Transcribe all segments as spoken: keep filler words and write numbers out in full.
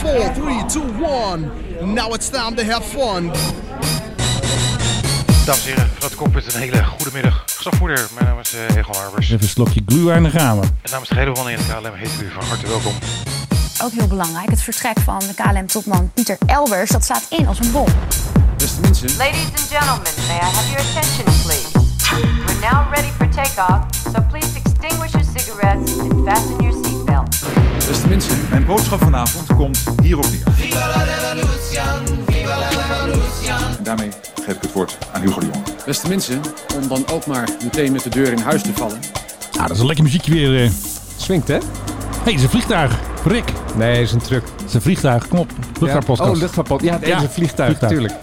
four, three, two, one. Now it's time to have fun. Dames en heren, vanuit de cockpit een hele goede middag. Gezagvoerder, mijn naam is uh, Egon Harbers. Even een slokje glühwein en dan gaan we. En namens de hele wandeling in het K L M heet u van harte welkom. Ook heel belangrijk, het vertrek van de K L M-topman Pieter Elbers, dat slaat in als een bom. Beste mensen. Ladies and gentlemen, may I have your attention, please? We're now ready for takeoff, so please extinguish your cigarettes and fasten your seatbelts. Beste mensen, mijn boodschap vanavond komt hierop neer. Viva la revolution, viva la revolution. En daarmee geef ik het woord aan Hugo de Jong. Beste mensen, om dan ook maar meteen met de deur in huis te vallen. Ah, dat is een lekker muziekje weer. Uh. Swingt, hè? Hé, hey, het is een vliegtuig. Rick. Nee, het is een truck. Het is een vliegtuig. Kom op. Luchtvaartpodcast. Ja. Oh, luchtvaartpodcast. Ja, het is ja. een vliegtuig, vliegtuig, natuurlijk.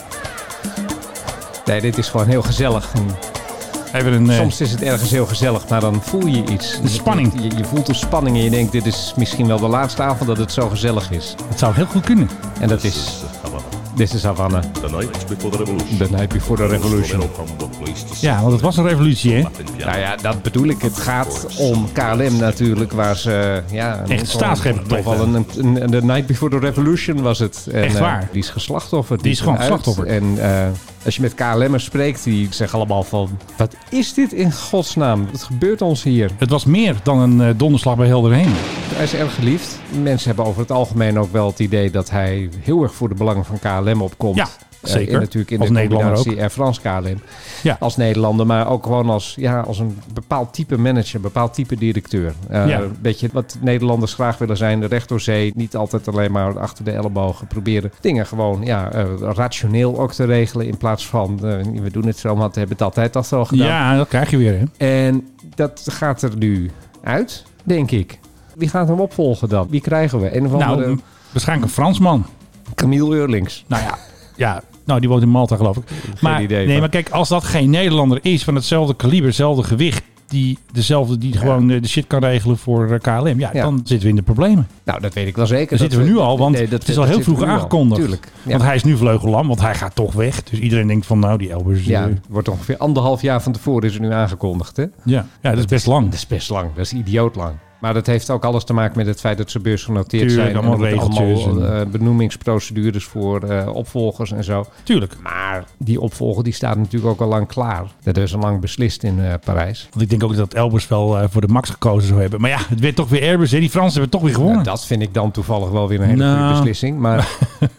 Nee, dit is gewoon heel gezellig. En Even een, uh... soms is het ergens heel gezellig, maar dan voel je iets. De spanning. Je, je voelt de spanning en je denkt, dit is misschien wel de laatste avond dat het zo gezellig is. Het zou heel goed kunnen. En dat is... Dit is Havana. The night before the revolution. The night before the revolution. Ja, want het was een revolutie, hè? Nou ja, dat bedoel ik. Het gaat om K L M natuurlijk, waar ze... Ja, echt staatsgreep. Toch wel een, een, een... The night before the revolution was het. En, echt waar. Uh, die is geslachtofferd. Die is gewoon geslachtofferd. En uh, als je met K L M'ers spreekt, die zeggen allemaal van... Wat is dit in godsnaam? Wat gebeurt ons hier? Het was meer dan een uh, donderslag bij helder hemel. Hij is erg geliefd. Mensen hebben over het algemeen ook wel het idee dat hij heel erg voor de belangen van K L M opkomt. Ja, zeker. Uh, in, natuurlijk in als de Nederlander combinatie Air France K L M. Ja. Als Nederlander, maar ook gewoon als, ja, als een bepaald type manager, een bepaald type directeur. Uh, ja. Een beetje wat Nederlanders graag willen zijn, de recht door zee. Niet altijd alleen maar achter de ellebogen proberen dingen gewoon ja, uh, rationeel ook te regelen. In plaats van, uh, we doen het zo, want we hebben het altijd al zo gedaan. Ja, dat krijg je weer, hè? En dat gaat er nu uit, denk ik. Wie gaat hem opvolgen dan? Wie krijgen we? Een of andere... Nou, waarschijnlijk een Fransman. Camille Eurlings. Nou ja, ja. Nou, die woont in Malta, geloof ik. Geen maar, idee. Nee, van. maar kijk, als dat geen Nederlander is van hetzelfde kaliber, hetzelfde gewicht, die dezelfde die ja. gewoon de shit kan regelen voor K L M, ja, ja, dan zitten we in de problemen. Nou, dat weet ik wel zeker. Daar zitten we nu al, want nee, dat, het is al heel vroeg aangekondigd. Tuurlijk. Ja. Want hij is nu vleugellam, want hij gaat toch weg. Dus iedereen denkt van, nou, die Elbers... Ja, uh... wordt ongeveer anderhalf jaar van tevoren is er nu aangekondigd, hè? Ja, ja dat is best lang. Dat is best lang. Dat is idioot lang. Maar dat heeft ook alles te maken met het feit dat ze beursgenoteerd Tuurlijk, zijn. allemaal en regeltjes. Allemaal uh, benoemingsprocedures voor uh, opvolgers en zo. Tuurlijk. Maar die opvolger die staat natuurlijk ook al lang klaar. Dat is al lang beslist in uh, Parijs. Want ik denk ook dat Elbers wel uh, voor de Max gekozen zou hebben. Maar ja, het werd toch weer Airbus. Hè? Die Fransen hebben toch weer gewonnen. Ja, dat vind ik dan toevallig wel weer een hele nou. goede beslissing. Maar...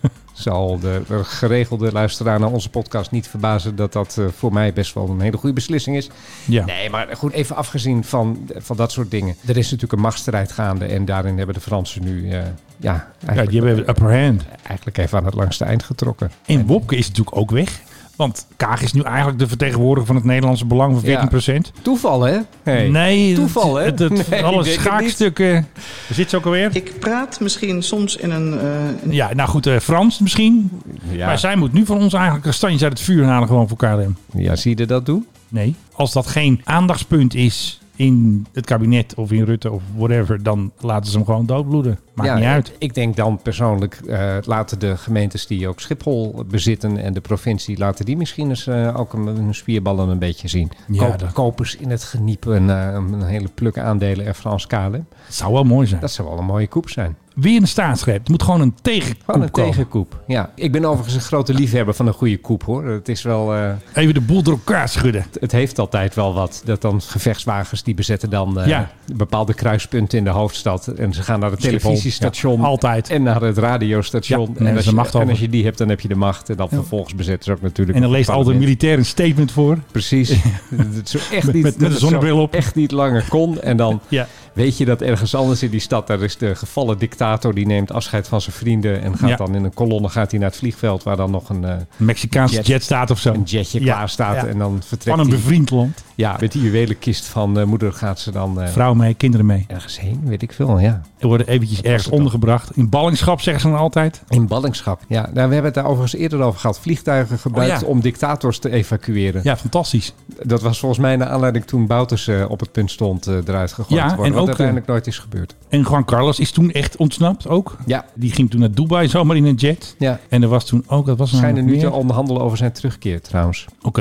zal de, de geregelde luisteraar naar onze podcast niet verbazen dat dat uh, voor mij best wel een hele goede beslissing is. Ja. Nee, maar goed, even afgezien van, van dat soort dingen. Er is natuurlijk een machtsstrijd gaande en daarin hebben de Fransen nu... Uh, ja, ja, die hebben de upper hand. Eigenlijk even aan het langste eind getrokken. En Wopke is natuurlijk ook weg. Want Kaag is nu eigenlijk de vertegenwoordiger van het Nederlandse belang van veertien procent. Ja. Toeval, hè? Hey. Nee. Toeval, hè? Het, het, nee, alle schaakstukken. Waar zit ze ook alweer? Ik praat misschien soms in een... Uh, een... Ja, nou goed, uh, Frans misschien. Ja. Maar zij moet nu van ons eigenlijk kastanjes uit het vuur halen gewoon voor K L M. Ja, zie je dat doen? Nee. Als dat geen aandachtspunt is in het kabinet of in Rutte of whatever, dan laten ze hem gewoon doodbloeden. Maakt ja, niet uit. Ik denk dan persoonlijk, uh, laten de gemeentes die ook Schiphol bezitten en de provincie, laten die misschien eens uh, ook hun spierballen een beetje zien. Ja, Koop, dat... Kopers in het geniep een, uh, een hele pluk aandelen Air France K L M. Dat zou wel mooi zijn. Dat zou wel een mooie koep zijn. Weer een staatsgreep. Het moet gewoon een tegenkoep Gewoon een komen. tegenkoep, ja. Ik ben overigens een grote liefhebber van een goede koep, hoor. Het is wel... Uh, Even de boel door elkaar schudden. Het, het heeft altijd wel wat. Dat dan gevechtswagens, die bezetten dan uh, ja. bepaalde kruispunten in de hoofdstad. En ze gaan naar het Schiphol. televisiestation. Ja, altijd. En naar het radiostation. Ja, en, en, als je, macht en als je die hebt, dan heb je de macht. En dan ja. vervolgens bezetten ze ook natuurlijk... En dan leest altijd een militair een statement voor. Precies. Het zo echt niet, met met een zonnebril op. Echt niet langer kon. En dan... ja. Weet je dat ergens anders in die stad, daar is de gevallen dictator, die neemt afscheid van zijn vrienden en gaat ja. dan in een kolonne gaat hij naar het vliegveld waar dan nog een... Uh, Mexicaanse jet, jet staat of zo. Een jetje ja. klaar staat ja. en dan vertrekt van een bevriend land. Ja, met die juwelenkist van uh, moeder gaat ze dan... Uh, Vrouw mee, kinderen mee. Ergens heen, weet ik veel, ja. Er worden eventjes ergens ondergebracht. In ballingschap zeggen ze dan altijd. In ballingschap, ja. Nou, we hebben het daar overigens eerder over gehad. Vliegtuigen gebruikt oh, ja. om dictators te evacueren. Ja, fantastisch. Dat was volgens mij naar aanleiding toen Bouters uh, op het punt stond uh, eruit gegooid ja, te worden. En wat ook, uiteindelijk nooit is gebeurd. En Juan Carlos is toen echt ontsnapt ook. Ja. Die ging toen naar Dubai zomaar in een jet. Ja. En er was toen ook... Dat was schijnen nu meer. te onderhandelen over zijn terugkeer trouwens. Oké. Okay.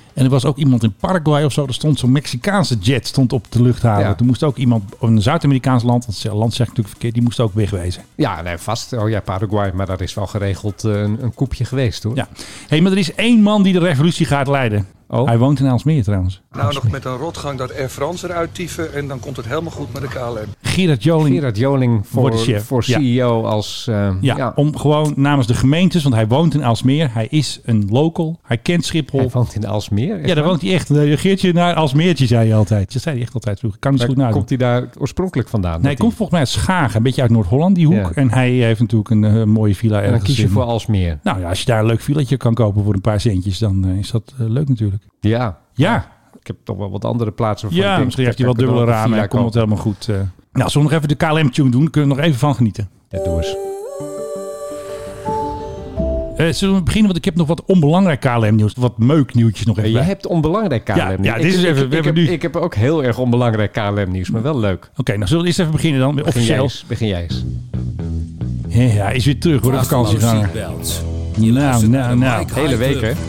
En er was ook iemand in Paraguay of zo. Er stond zo'n Mexicaanse jet stond op de luchthaven. Ja. Toen moest ook iemand op een Zuid-Amerikaans land, dat land zeg ik natuurlijk verkeerd, die moest ook wegwezen. Ja, nee, vast. Oh ja, Paraguay. Maar daar is wel geregeld een, een koepje geweest, hoor. Ja. Hey, maar er is één man die de revolutie gaat leiden. Oh. Hij woont in Aalsmeer trouwens. Nou, Aalsmeer. Nog met een rotgang dat Air France eruit tieven en dan komt het helemaal goed met de K L M. Gerard Joling. Gerard Joling voor, voor C E O ja. als... Uh, ja, ja, om gewoon namens de gemeentes, want hij woont in Aalsmeer. Hij is een local. Hij kent Schiphol. Hij woont in Aalsmeer? Ja, daar woont hij echt. Geertje naar Aalsmeertje, zei hij altijd. Dat zei hij echt altijd vroeger. Kan niet goed nadenken. Komt hij daar oorspronkelijk vandaan? Nee, hij komt volgens mij uit Schagen. Een beetje uit Noord-Holland, die hoek. Ja. En hij heeft natuurlijk een uh, mooie villa ergens. En dan kies je in. voor Aalsmeer. Nou ja, als je daar een leuk villaatje kan kopen voor een paar centjes, dan uh, is dat uh, leuk natuurlijk. Ja. Ja. Ik heb toch wel wat andere plaatsen. Ja, ik denk, misschien heeft hij wel dubbele ramen en komt het helemaal goed. Uh. Nou, zullen we nog even de K L M-tune doen? Kunnen we nog even van genieten. Ja, doe eens. Uh, zullen we beginnen? Want ik heb nog wat onbelangrijk K L M-nieuws. Wat meuknieuwtjes nog even. Je hebt onbelangrijk K L M-nieuws. Ja, ja, dit is even... Ik, ik, heb, ik heb ook heel erg onbelangrijk K L M-nieuws, maar wel leuk. Oké, okay, nou zullen we eerst even beginnen dan. Begin jij eens. Begin jij eens. Ja, hij is weer terug voor de vakantieganger. Nou, nou, nou. Hele week, hè?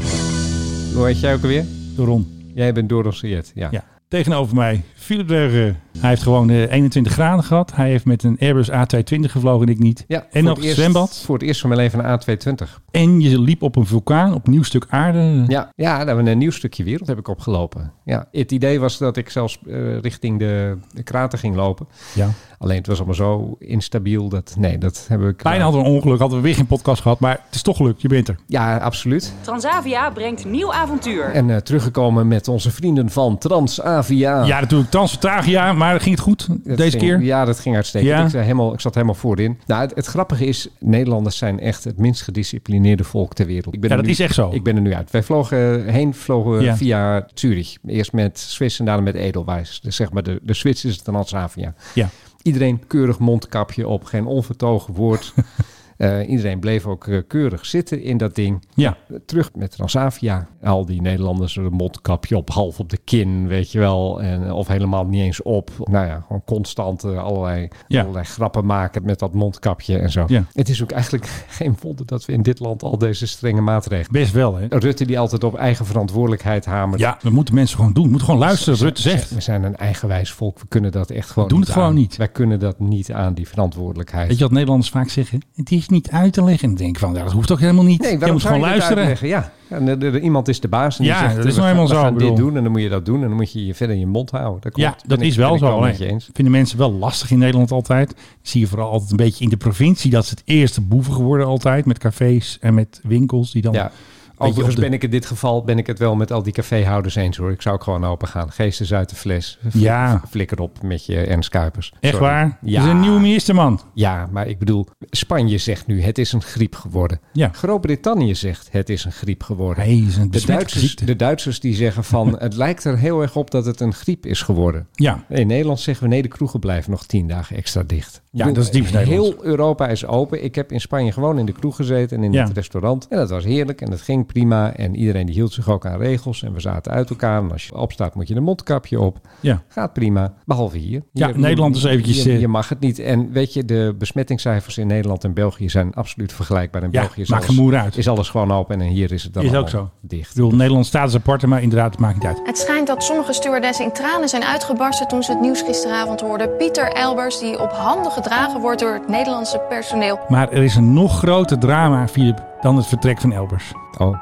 Hoe heet jij ook alweer? Doron. Jij bent Doron Siet, ja. ja. Tegenover mij, Philip Derger. Hij heeft gewoon uh, eenentwintig graden gehad. Hij heeft met een Airbus A tweehonderdtwintig gevlogen en ik niet. Ja, en nog een zwembad. Voor het eerst van mijn leven een A tweehonderdtwintig. En je liep op een vulkaan, op een nieuw stuk aarde. Ja, ja, daar hebben we een nieuw stukje wereld heb ik opgelopen. Ja, het idee was dat ik zelfs uh, richting de, de krater ging lopen. Ja. Alleen het was allemaal zo instabiel dat... Nee, dat hebben we... Bijna hadden we een ongeluk, hadden we weer geen podcast gehad. Maar het is toch gelukt, je bent er. Ja, absoluut. Transavia brengt nieuw avontuur. En uh, teruggekomen met onze vrienden van Transavia. Ja, natuurlijk Transavia, maar ging het goed dat deze ging, keer? Ja, dat ging uitstekend. Ja. Ik, helemaal, ik zat helemaal voorin. Nou, het, het grappige is, Nederlanders zijn echt het minst gedisciplineerde volk ter wereld. Ik ben ja, dat nu, is echt zo. Ik ben er nu uit. Wij vlogen heen, vlogen ja. via Zurich. Eerst met Swiss en daarna met Edelweiss. Dus zeg maar de, de Swiss is het Transavia. Ja. Iedereen keurig mondkapje op, geen onvertogen woord. Uh, iedereen bleef ook uh, keurig zitten in dat ding. Ja. Uh, terug met Transavia. Al die Nederlanders een mondkapje op, half op de kin, weet je wel. En, uh, of helemaal niet eens op. Nou ja, gewoon constant uh, allerlei, ja. allerlei grappen maken met dat mondkapje en zo. Ja. Het is ook eigenlijk geen wonder dat we in dit land al deze strenge maatregelen... Best wel, hè? Rutte die altijd op eigen verantwoordelijkheid hamert. Ja, we moeten mensen gewoon doen. We moeten gewoon luisteren wat Rutte zegt. We zijn een eigenwijs volk. We kunnen dat echt gewoon we doen niet het gewoon aan. niet. Wij kunnen dat niet aan, die verantwoordelijkheid. Weet je wat Nederlanders vaak zeggen? Het is niet uit te leggen. En dan denk ik van, ja, dat hoeft toch helemaal niet. Nee, je moet gewoon luisteren. Ja, ja de, de, de, iemand is de baas. En ja, die zegt, dat is we nou helemaal gaan, zo. We gaan bedoel. dit doen en dan moet je dat doen. En dan moet je je verder in je mond houden. Dat klopt, ja, dat ik, is wel zo. Met je eens. Vinden mensen wel lastig in Nederland altijd. Dat zie je vooral altijd een beetje in de provincie. Dat is het eerste boeven geworden altijd. Met cafés en met winkels die dan... Ja. Overigens de... ben ik in dit geval ben ik het wel met al die caféhouders eens hoor. Ik zou ook gewoon open gaan. Geest eens uit de fles. Flik, ja. Flikker op met je Ernst Kuipers. Echt Sorry. waar? Ja. Dat is een nieuwe ministerman. Ja, maar ik bedoel, Spanje zegt nu het is een griep geworden. Ja. Groot-Brittannië zegt het is een griep geworden. Hey, is een de, Duitsers, de Duitsers die zeggen van het lijkt er heel erg op dat het een griep is geworden. Ja. In Nederland zeggen we nee, de kroegen blijven nog tien dagen extra dicht. Ja, bedoel, dat is diep Nederlands. Heel Europa is open. Ik heb in Spanje gewoon in de kroeg gezeten en in ja. het restaurant. En dat was heerlijk en dat ging prima. En iedereen die hield zich ook aan regels. En we zaten uit elkaar. En als je opstaat moet je een mondkapje op. Ja. Gaat prima. Behalve hier. hier ja, Nederland is eventjes... Je, je mag het niet. En weet je, de besmettingscijfers in Nederland en België zijn absoluut vergelijkbaar. In ja, België is maakt alles, gemoer uit. is alles gewoon open. En hier is het dan is ook zo. dicht. Ik bedoel, Nederland staat als apart, maar inderdaad, het maakt niet uit. Het schijnt dat sommige stewardessen in tranen zijn uitgebarsten toen ze het nieuws gisteravond hoorden. Pieter Elbers, die op handen gedragen wordt door het Nederlandse personeel. Maar er is een nog groter drama, Philip, dan het vertrek van Elbers. Oh.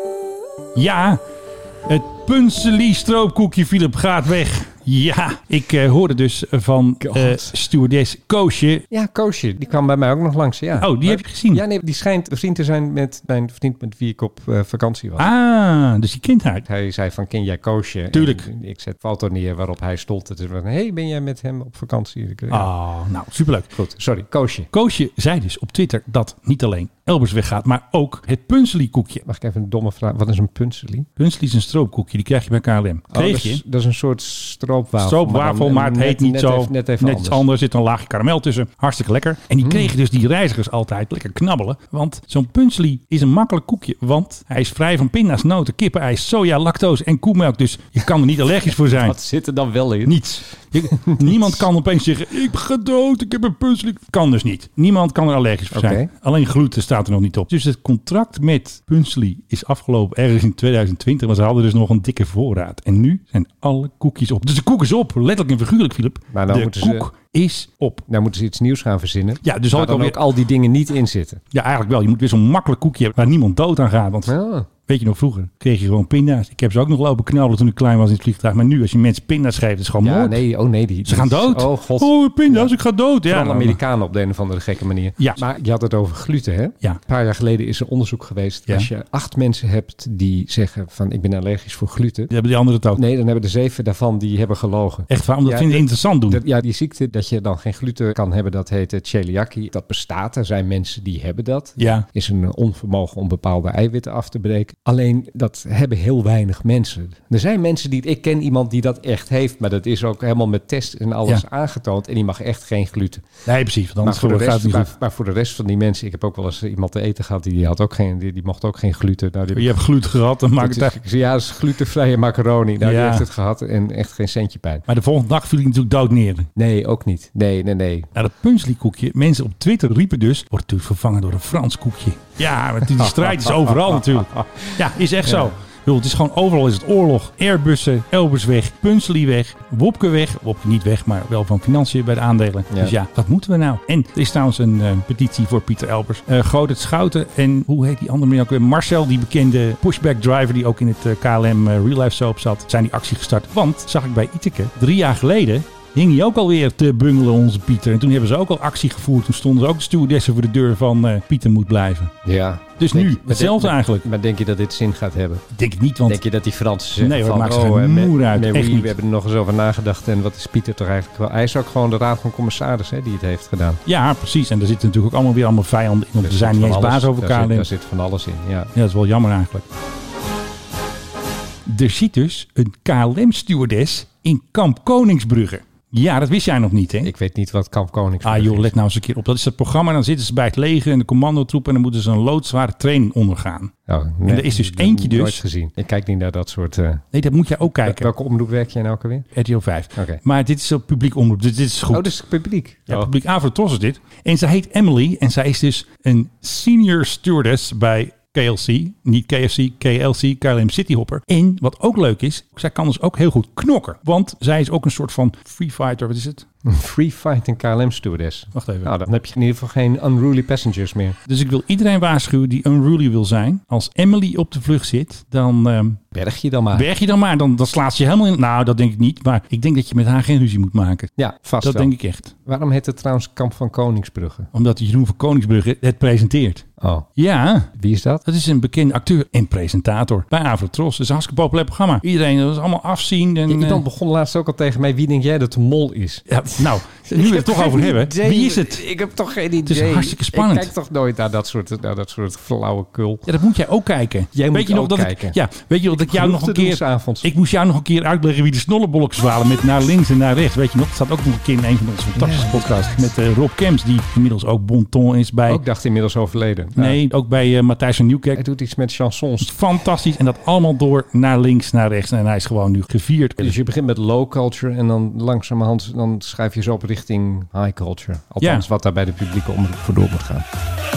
Ja, het Punselie stroopkoekje, Philip, gaat weg. Ja, ik uh, hoorde dus van uh, stewardess Koosje. Ja, Koosje. Die kwam bij mij ook nog langs. Ja. Oh, die maar, heb je gezien? Ja, nee, die schijnt vriend te zijn met mijn vriend met wie ik op uh, vakantie was. Ah, dus die kent haar. Hij zei van, ken jij Koosje? Tuurlijk. En ik zet foto neer waarop hij stond. Het is van, hey, ben jij met hem op vakantie? Ik, ja. Oh, nou, superleuk. Goed, sorry, Koosje. Koosje zei dus op Twitter dat niet alleen Elbers weggaat, maar ook het Punselie koekje. Mag ik even een domme vraag? Wat is een Punselie? Punselie is een stroopkoekje, die krijg je bij K L M. Kreeg oh, dat, is, je? dat is een soort stroopwafel. Stroopwafel, maar, maar het net, heet niet net zo. Even, net even net anders. anders. Er zit een laagje karamel tussen. Hartstikke lekker. En die mm. kregen dus die reizigers altijd lekker knabbelen. Want zo'n Punselie is een makkelijk koekje. Want hij is vrij van pinda's, noten, kippenijs, soja, lactose en koemelk. Dus je kan er niet allergisch voor zijn. Wat zit er dan wel in? Niets. Je, niemand kan opeens zeggen, ik ga dood, ik heb een punselie. Kan dus niet. Niemand kan er allergisch voor zijn. Okay. Alleen gluten staat er nog niet op. Dus het contract met punselie is afgelopen ergens in twintig twintig. Maar ze hadden dus nog een dikke voorraad. En nu zijn alle koekjes op. Dus de koek is op. Letterlijk en figuurlijk, Philip. Maar nou de moeten koek ze... is op. Nou moeten ze iets nieuws gaan verzinnen. Ja, dus waar had ik dan alweer... ook al die dingen niet in zitten. Ja, eigenlijk wel. Je moet weer zo'n makkelijk koekje hebben waar niemand dood aan gaat. Want Ja. weet je nog, vroeger kreeg je gewoon pinda's. Ik heb ze ook nog lopen knallen toen ik klein was in het vliegtuig. Maar nu, als je mensen pinda's geeft, is het gewoon Ja, moord. nee, oh nee. Die, Ze gaan dood. Oh god. Oh, pinda's, ik ga dood. Ja, Vooral nou, Amerikanen op de een of andere gekke manier. Ja. Maar je had het over gluten, hè? Ja. Een paar jaar geleden is er onderzoek geweest. Ja. Als je acht mensen hebt die zeggen van ik ben allergisch voor gluten. Die hebben die anderen het ook. Nee, dan hebben er zeven daarvan die hebben gelogen. Echt waar, omdat Ja, vinden dat- interessant doen. Dat, ja, die ziekte dat je dan geen gluten kan hebben, dat heet het celiakie. Dat bestaat. Er zijn mensen die hebben dat. Ja. Is een eh, onvermogen om bepaalde eiwitten af te breken. Alleen dat hebben heel weinig mensen. Er zijn mensen die... Ik ken iemand die dat echt heeft, maar dat is ook helemaal met tests en alles Ja. aangetoond. En die mag echt geen gluten. Nee, precies. Want Maar anders voor, de gaat rest, het niet maar, goed. maar voor de rest van die mensen... Ik heb ook wel eens iemand te eten gehad, die, die, had ook geen, die, die mocht ook geen gluten. Nou, die Je hebt gluten gehad, dan maakt dat het is, uit. ja, dat is glutenvrije macaroni. Nou, Ja. die heeft het gehad en echt geen centje pijn. Maar de volgende dag viel hij natuurlijk dood neer. Nee, ook niet. Nee, nee, nee. Nou, dat punsliekoekje, mensen op Twitter riepen dus, wordt natuurlijk vervangen door een Frans koekje. Ja, maar die strijd is overal natuurlijk. Ja, is echt zo. Ik bedoel, het is gewoon overal is het oorlog. Airbussen, Elbers weg, Punselie weg, Wopke weg. Wopke niet weg, maar wel van financiën bij de aandelen. Ja. Dus ja, wat moeten we nou? En er is trouwens een uh, petitie voor Pieter Elbers. Uh, Godert Schouten en hoe heet die andere meneer ook weer? Marcel, die bekende pushback driver die ook in het uh, K L M uh, Real Life Soap zat, zijn die actie gestart. Want, zag ik bij Iteke, drie jaar geleden hing hij ook alweer te bungelen, onze Pieter. En toen hebben ze ook al actie gevoerd. Toen stonden ze ook de stewardessen voor de deur van uh, Pieter moet blijven. Ja. Dus Denk nu, je- maar hetzelfde denk- eigenlijk. Maar denk je dat dit zin gaat hebben? Denk ik niet, want... Denk je dat die Fransen zeggen Nee, hoor, van... maakt ze geen oh, eh, moer uit. nee, Echt we, niet. we hebben er nog eens over nagedacht. En wat is Pieter toch eigenlijk wel... Hij is ook gewoon de raad van commissaris hè, die het heeft gedaan. Ja, precies. En daar zitten natuurlijk ook allemaal weer allemaal vijanden in. Want Er we zijn zit niet van eens alles- baas over daar K L M. zit, daar zit van alles in, ja. Ja, dat is wel jammer eigenlijk. Er zit dus een K L M-stewardess in Kamp Koningsbrugge. Ja, dat wist jij nog niet, hè? Ik weet niet wat Kamp Konings Ah joh, let nou eens een keer op. Dat is het programma. Dan zitten ze bij het leger en de commandotroep en dan moeten ze een loodzware training ondergaan. Oh, En er is dus eentje dus... Nooit gezien. Ik kijk niet naar dat soort... uh, Nee, dat moet jij ook kijken. Welke omroep werk jij nou ook alweer? R T O vijf. Oké. Maar dit is op publiek omroep, dus dit is goed. Oh, dus publiek. Ja, Oh. publiek Avrotros is dit. En zij heet Emily en zij is dus een senior stewardess bij K L C. Niet K F C, K L C, K L M Cityhopper. En wat ook leuk is, zij kan dus ook heel goed knokken. Want zij is ook een soort van free fighter, wat is het? Een free fighting K L M stewardess. Wacht even. Nou, dan heb je in ieder geval geen unruly passengers meer. Dus ik wil iedereen waarschuwen die unruly wil zijn. Als Emily op de vlucht zit, dan... ehm Berg je dan maar. berg je dan maar. Dan, dan slaat ze je helemaal in. Nou, dat denk ik niet. Maar ik denk dat je met haar geen ruzie moet maken. Ja, vast Dat wel. denk ik echt. Waarom heet het trouwens Kamp van Koningsbrugge? Omdat Jeroen van Koningsbrugge het presenteert. Oh, Ja, wie is dat? dat is een bekende acteur en presentator bij Avrotros. Dat is een hartstikke populair programma. Iedereen, dat is allemaal afzien. En, Ja, iemand eh, begon laatst ook al tegen mij. Wie denk jij dat de mol is? ja, nou, nu we het toch over hebben. Wie is het? Ik heb toch geen idee. Het is hartstikke spannend. Ik kijk toch nooit naar dat soort, naar dat soort flauwekul. Ja, dat moet jij ook kijken. Jij weet moet je nog ook dat kijken. Ik, ja, weet je nog dat ik jou Genoeg nog een te doen keer... 's avonds. Ik moest jou nog een keer uitleggen wie de snollebolletjes waren met naar links en naar rechts. Weet je nog? Dat staat ook nog een keer in een van onze fantastische podcasts met eh, Rob Kemps, die inmiddels ook bonton is bij... Ook dacht inmiddels overleden. Nou, nee, ook bij eh, Matthijs van Nieuwkerk. hij doet iets met chansons. Fantastisch. En dat allemaal door naar links, naar rechts. En hij is gewoon nu gevierd. Dus je begint met low culture en dan langzamerhand dan schrijf je zo op richting high culture. Althans, Ja. wat daar bij de publieke omroep voor door moet gaan.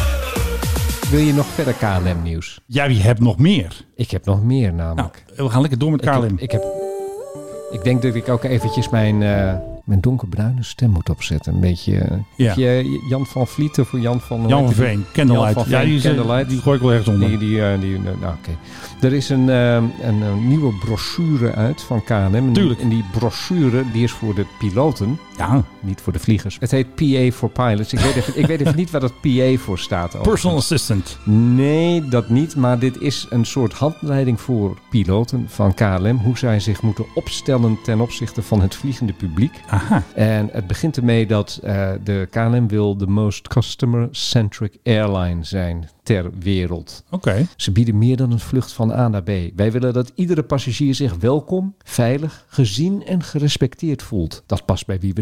Wil je nog verder K L M nieuws? Ja, wie hebt nog meer? Ik heb nog meer Nou, namelijk. we gaan lekker door met K L M. Ik heb, ik heb... Ik denk dat ik ook eventjes mijn, uh, mijn donkerbruine stem moet opzetten. Een beetje... Uh, Ja. je, Jan van Vliet of Jan van... hoe Jan heet van die? Veen, Candlelight. Jan van Ja, Veen, die, is, eh, Candlelight. die gooi ik wel ergens onder. Die, die, uh, die, uh, nou, oké. Er is een, uh, een, een nieuwe brochure uit van K L M. En, Tuurlijk. En die brochure die is voor de piloten. Ja, Niet voor de vliegers. Het heet P A for Pilots. Ik weet even, ik weet even niet waar dat P A voor staat. personal overigens. assistant. Nee, dat niet. Maar dit is een soort handleiding voor piloten van K L M. Hoe zij zich moeten opstellen ten opzichte van het vliegende publiek. Aha. En het begint ermee dat uh, de K L M wil de most customer-centric airline zijn ter wereld. Oké. Okay. Ze bieden meer dan een vlucht van A naar B. Wij willen dat iedere passagier zich welkom, veilig, gezien en gerespecteerd voelt. Dat past bij wie we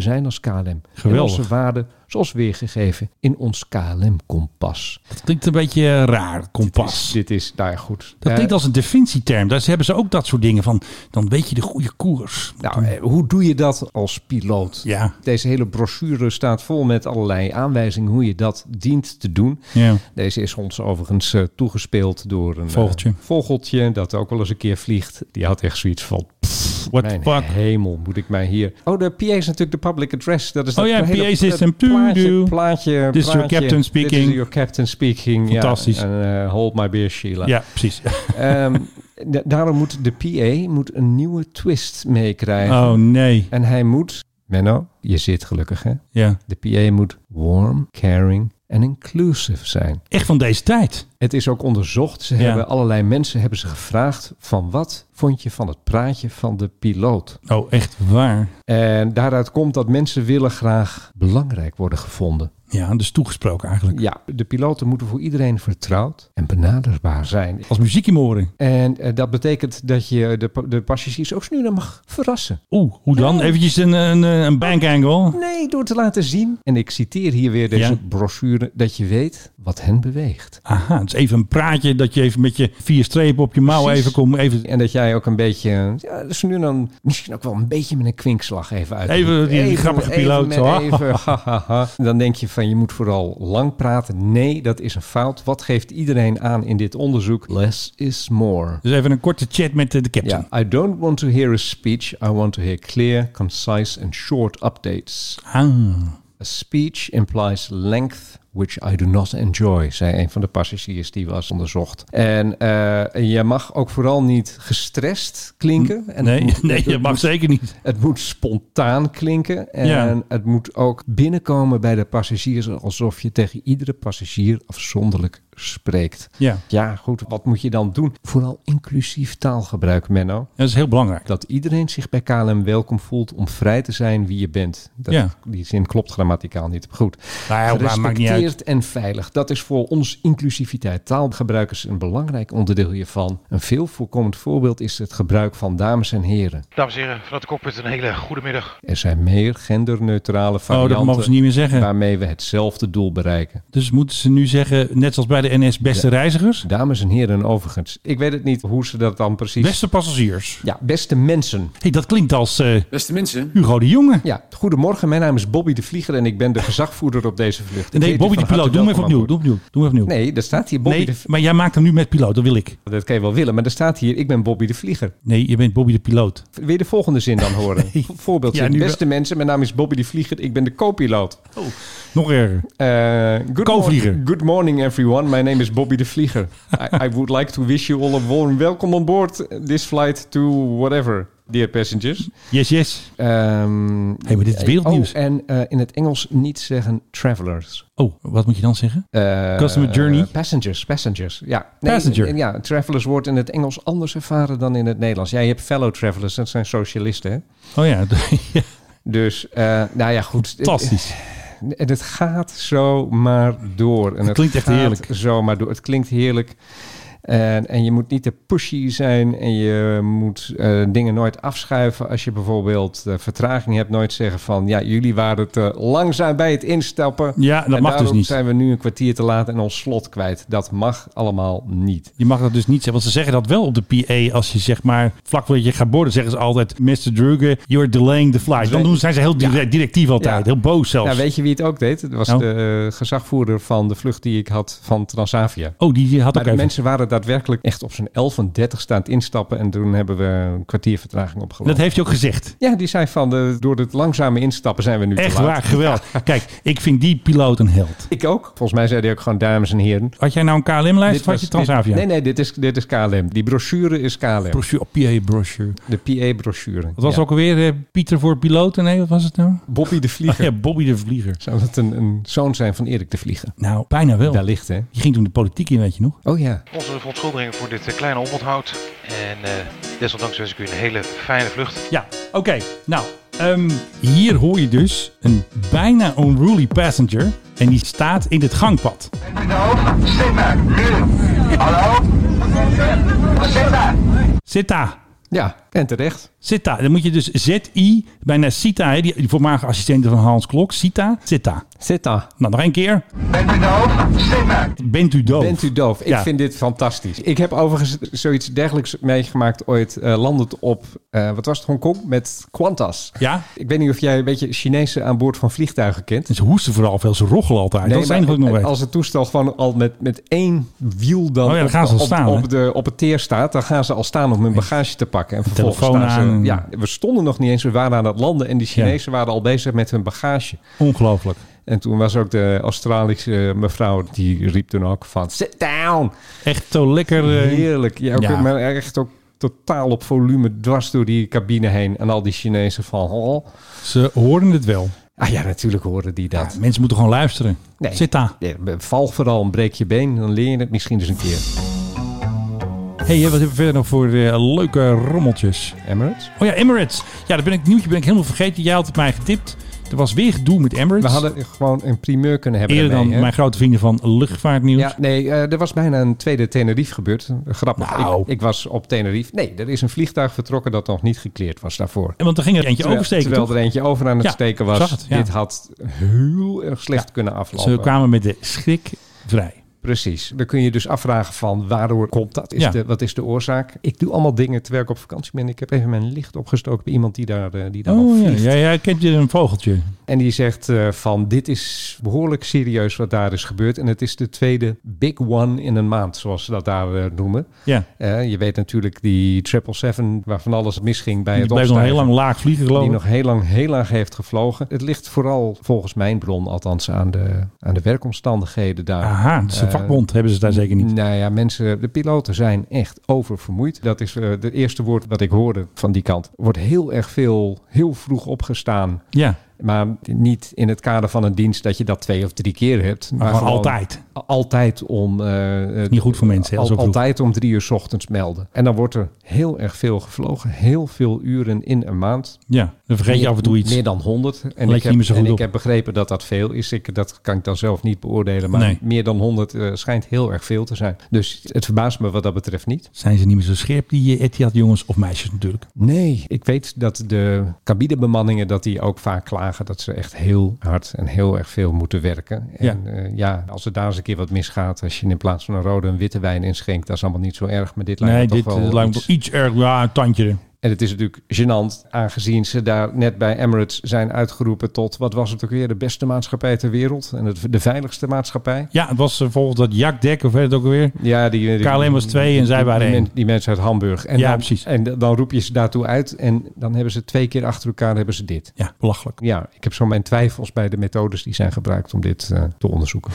we zijn als K L M. Geweldig. En onze waarden zoals weergegeven in ons K L M-kompas. Dat klinkt een beetje raar, kompas. Dit is, dit is nou ja, goed. Dat klinkt als een defensieterm. Daar hebben ze ook dat soort dingen van. Dan weet je de goede koers. Nou, eh, hoe doe je dat als piloot? Ja. Deze hele brochure staat vol met allerlei aanwijzingen hoe je dat dient te doen. Ja. Deze is ons overigens uh, toegespeeld door een vogeltje. Uh, vogeltje dat ook wel eens een keer vliegt. Die had echt zoiets van... What Mijn fuck? hemel, moet ik mij hier... Oh, de P A is natuurlijk de public address. Dat is oh dat ja, hele, P A system. Plaatje, plaatje, This is your captain speaking. This is your captain speaking. Fantastisch. Ja, en uh, hold my beer, Sheila. Ja, precies. um, da- daarom moet de P A moet een nieuwe twist meekrijgen. Oh nee. En hij moet... Menno, je zit gelukkig, hè? Ja. De P A moet warm, caring en inclusive zijn. Echt van deze tijd. Het is ook onderzocht. Ze Ja. hebben allerlei mensen hebben ze gevraagd van wat vond je van het praatje van de piloot? Oh, echt waar? En daaruit komt dat mensen willen graag belangrijk worden gevonden. Ja, dus toegesproken eigenlijk. Ja, de piloten moeten voor iedereen vertrouwd en benaderbaar zijn. Als muziek in mijn oren. En uh, dat betekent dat je de, de passagiers ook nu dan mag verrassen. Oeh, hoe dan? Ja. Eventjes een, een, een bank angle? Nee, door te laten zien. En ik citeer hier weer deze Ja. brochure. Dat je weet wat hen beweegt. Aha, het is even een praatje dat je even met je vier strepen op je mouw Precies. even komt. Even, En dat jij ook een beetje... Ja, dus nu dan misschien ook wel een beetje met een kwinkslag even uit. Even die- die grappige piloot, Even, zo. met even, ha, ha, ha. Dan denk je van je moet vooral lang praten. Nee, dat is een fout. Wat geeft iedereen aan in dit onderzoek? Less is more. dus even een korte chat met de, de captain. Ja, I don't want to hear a speech. I want to hear clear, concise and short updates. Ah. A speech implies length, which I do not enjoy, zei een van de passagiers die was onderzocht. En uh, je mag ook vooral niet gestrest klinken. En Nee, het moet, nee het dat mag moet- zeker niet. Het moet spontaan klinken. En Ja. het moet ook binnenkomen bij de passagiers alsof je tegen iedere passagier afzonderlijk spreekt. Ja. Ja, goed. Wat moet je dan doen? Vooral inclusief taalgebruik, Menno. Dat is heel belangrijk. Dat iedereen zich bij K L M welkom voelt om vrij te zijn wie je bent. Dat, Ja. Die zin klopt grammaticaal niet. Goed. Nou ja, maar maakt niet uit. Gerespecteerd en veilig. Dat is voor ons inclusiviteit. Taalgebruik is een belangrijk onderdeel hiervan. Een veel voorkomend voorbeeld is het gebruik van dames en heren. Dames en heren, vanuit de cockpit een hele goede middag. Er zijn meer genderneutrale Oh, varianten dat mogen ze niet meer zeggen. waarmee we hetzelfde doel bereiken. Dus moeten ze nu zeggen, net zoals bij de N S, beste Ja. reizigers? Dames en heren, overigens. Ik weet het niet hoe ze dat dan precies... Beste passagiers. Ja, beste mensen. Hey, dat klinkt als eh, Beste mensen. Hugo de Jonge. Ja, goedemorgen. Mijn naam is Bobby de Vlieger en ik ben de gezagvoerder op deze vlucht. Ik Nee, heet Bobby u de van piloot. harte Doe hem even welkom opnieuw. aan Doe hem opnieuw. Doe hem even opnieuw. boord. Nee, er staat hier Bobby Nee, de... maar jij maakt hem nu met piloot. Dat wil ik. Dat kan je wel willen, maar er staat hier, ik ben Bobby de Vlieger. Nee, je bent Bobby de piloot. Wil je de volgende zin dan horen? Nee. Voorbeeldje. Ja, nu Beste mensen, mijn naam is Bobby de Vlieger. Ik ben de co-piloot. Nog erger. Uh, good, Co-vlieger. mor- good morning everyone. My name is Bobby de Vlieger. I, I would like to wish you all a warm welcome on board this flight to whatever, dear passengers. Yes, yes. Um, Hey, maar dit is wereldnieuws. Oh, en uh, in het Engels niet zeggen travelers. Oh, wat moet je dan zeggen? Uh, Customer journey? Passengers, passengers. Ja. Nee, Passenger. en Ja, travelers wordt in het Engels anders ervaren dan in het Nederlands. Jij hebt fellow travelers, dat zijn socialisten, hè? Oh ja. ja. Dus, uh, nou ja, goed. Fantastisch. En het gaat zo maar door. En het, Het klinkt echt gaat heerlijk. Zo maar door. Het klinkt heerlijk. En, en je moet niet te pushy zijn en je moet uh, dingen nooit afschuiven. Als je bijvoorbeeld uh, vertraging hebt, nooit zeggen van... ja, jullie waren te langzaam bij het instappen. Ja, dat en mag dus daarom niet. zijn we nu een kwartier te laat en ons slot kwijt. Dat mag allemaal niet. Je mag dat dus niet zeggen, want ze zeggen dat wel op de P A. Als je zeg maar vlak voordat je gaat borden, zeggen ze altijd... mister Druge, you're delaying the flight. Dan doen, zijn ze heel dire- directief altijd, Ja. heel boos zelfs. Nou, weet je wie het ook deed? Het was Nou? de uh, gezagvoerder van de vlucht die ik had van Transavia. Oh, die had Maar ook de even... mensen waren daadwerkelijk echt op zijn elf en dertig staan instappen. En toen hebben we een kwartier vertraging opgelopen. Dat heeft hij ook gezegd. Ja, die zei van de, door het langzame instappen zijn we nu Echt te laat. waar, geweldig. Kijk, ik vind die piloot een held. Ik ook. Volgens mij zei hij ook gewoon dames en heren. Had jij nou een K L M-lijst of had je was- Transavia? Dit, nee, nee, dit is, dit is K L M. Die brochure is K L M. Brochure, P A-brochure. De P A-brochure. Wat was Ja. ook alweer eh, Pieter voor piloten? Nee, wat was het nou? Bobby de Vlieger. Oh, ja, Bobby de Vlieger. Zou dat een, een zoon zijn van Erik de Vlieger? Nou, bijna wel. Daar ligt, hè? Die ging toen de politiek in, weet je nog? Oh ja. Onze verontschuldigingen voor dit eh, kleine oponthoud. En uh, desondanks wens ik u een hele fijne vlucht. Ja, oké. Okay. Nou, um, hier hoor je dus een bijna unruly passenger. En die staat in het gangpad. Hallo? Zit daar? Zit daar. Ja. En terecht. Sita. Dan moet je dus Z I, bijna Sita, hè, die, die voormalige assistente van Hans Klok. Sita. Sita. Sita. Nou, nog één keer. Bent u doof? Sita. Bent u doof? Bent u doof? Ik Ja. vind dit fantastisch. Ik heb overigens zoiets dergelijks meegemaakt ooit. Uh, landend op, uh, wat was het, Hongkong? Met Qantas. Ja. Ik weet niet of jij een beetje Chinezen aan boord van vliegtuigen kent. En ze hoesten vooral veel, ze rochelen altijd. Nee, dat is het enige wat ik nog weet. Als het toestel gewoon al met, met één wiel dan, Oh ja, dan gaan ze al op, staan, op, hè? op, de, op het teer staat, dan gaan ze al staan om hun bagage te pakken. En vervolgens telefoon staan ze, aan. Ja, we stonden nog niet eens, we waren aan het landen en die Chinezen waren al bezig met hun bagage. Ongelooflijk. En toen was ook de Australische mevrouw, die riep toen ook van, sit down! Echt zo lekker. Uh, Heerlijk. Ja, ook, ja. Maar echt ook totaal op volume dwars door die cabine heen. En al die Chinezen van, oh. Ze hoorden het wel. Ah ja, natuurlijk horen die dat. Ja, mensen moeten gewoon luisteren. Nee. Zit daar. Ja, val vooral en breek je been, dan leer je het misschien eens een keer. Hey, wat hebben we verder nog voor uh, leuke rommeltjes? Emirates? Oh ja, Emirates. Ja, daar ben ik nieuwtje ben ik helemaal vergeten. Jij had het mij getipt. Er was weer gedoe met Emirates. We hadden gewoon een primeur kunnen hebben. Eerder ermee, dan hè? mijn grote vrienden van Luchtvaartnieuws. Ja, nee, uh, er was bijna een tweede Tenerife gebeurd. Grappig. Nou. Ik, ik was op Tenerife. Nee, er is een vliegtuig vertrokken dat nog niet gecleared was daarvoor. En want er ging er eentje Terwijl, oversteken, terwijl toch? er eentje over aan het Ja, steken zag was. het, ja. Dit had heel erg slecht Ja. kunnen aflopen. Ze kwamen met de schrik vrij. Precies. Dan kun je dus afvragen van waardoor komt dat? Is Ja. de, wat is de oorzaak? Ik doe allemaal dingen terwijl ik op vakantie ben. Ik heb even mijn licht opgestoken bij iemand die daar, uh, die daar al Oh ja, vliegt. ja, ja, kent je een vogeltje? En die zegt uh, van dit is behoorlijk serieus wat daar is gebeurd. En het is de tweede big one in een maand, zoals ze dat daar uh, noemen. Ja. Uh, je weet natuurlijk die triple seven waarvan alles misging bij Die het bleef nog opstijgen. heel lang laag vliegen, geloof Die ik. nog heel lang, heel laag heeft gevlogen. Het ligt vooral volgens mijn bron althans aan de, aan de werkomstandigheden daar. Aha, dus een Uh, vakbond hebben ze daar zeker niet. Nou ja, mensen, de piloten zijn echt oververmoeid. Dat is uh, het eerste woord wat ik hoorde van die kant. Er wordt heel erg veel, heel vroeg opgestaan. Ja. Maar niet in het kader van een dienst dat je dat twee of drie keer hebt. Maar gewoon altijd. Altijd om... Uh, Niet goed voor mensen. Al, Al, altijd om drie uur 's ochtends melden. En dan wordt er heel erg veel gevlogen. Heel veel uren in een maand. Ja, dan vergeet je meer, af en toe iets. Meer dan honderd. En, Let ik je heb, niet meer zo goed en ik op. heb begrepen dat dat veel is. Ik, dat kan ik dan zelf niet beoordelen. Maar Nee. meer dan honderd uh, schijnt heel erg veel te zijn. Dus het verbaast me wat dat betreft niet. Zijn ze niet meer zo scherp, die uh, Etihad jongens of meisjes natuurlijk? Nee, ik weet dat de cabinebemanningen dat die ook vaak klagen dat ze echt heel hard en heel erg veel moeten werken. Ja. En uh, ja, als er daar eens een keer wat misgaat, als je in plaats van een rode een witte wijn inschenkt, dat is allemaal niet zo erg. Maar dit lijkt Nee, me dit toch uh, wel lijkt me iets... iets erg, ja, een tandje. En het is natuurlijk gênant, aangezien ze daar net bij Emirates zijn uitgeroepen tot, wat was het ook weer, de beste maatschappij ter wereld en het, de veiligste maatschappij. Ja, het was uh, volgens dat Jakdek, of weet het ook alweer. Ja, die, die, K L M was twee en zij waren die, één. men, die mensen uit Hamburg. En Ja, dan, precies. En dan roep je ze daartoe uit en dan hebben ze twee keer achter elkaar hebben ze dit. Ja, belachelijk. Ja, ik heb zo mijn twijfels bij de methodes die zijn gebruikt om dit uh, te onderzoeken.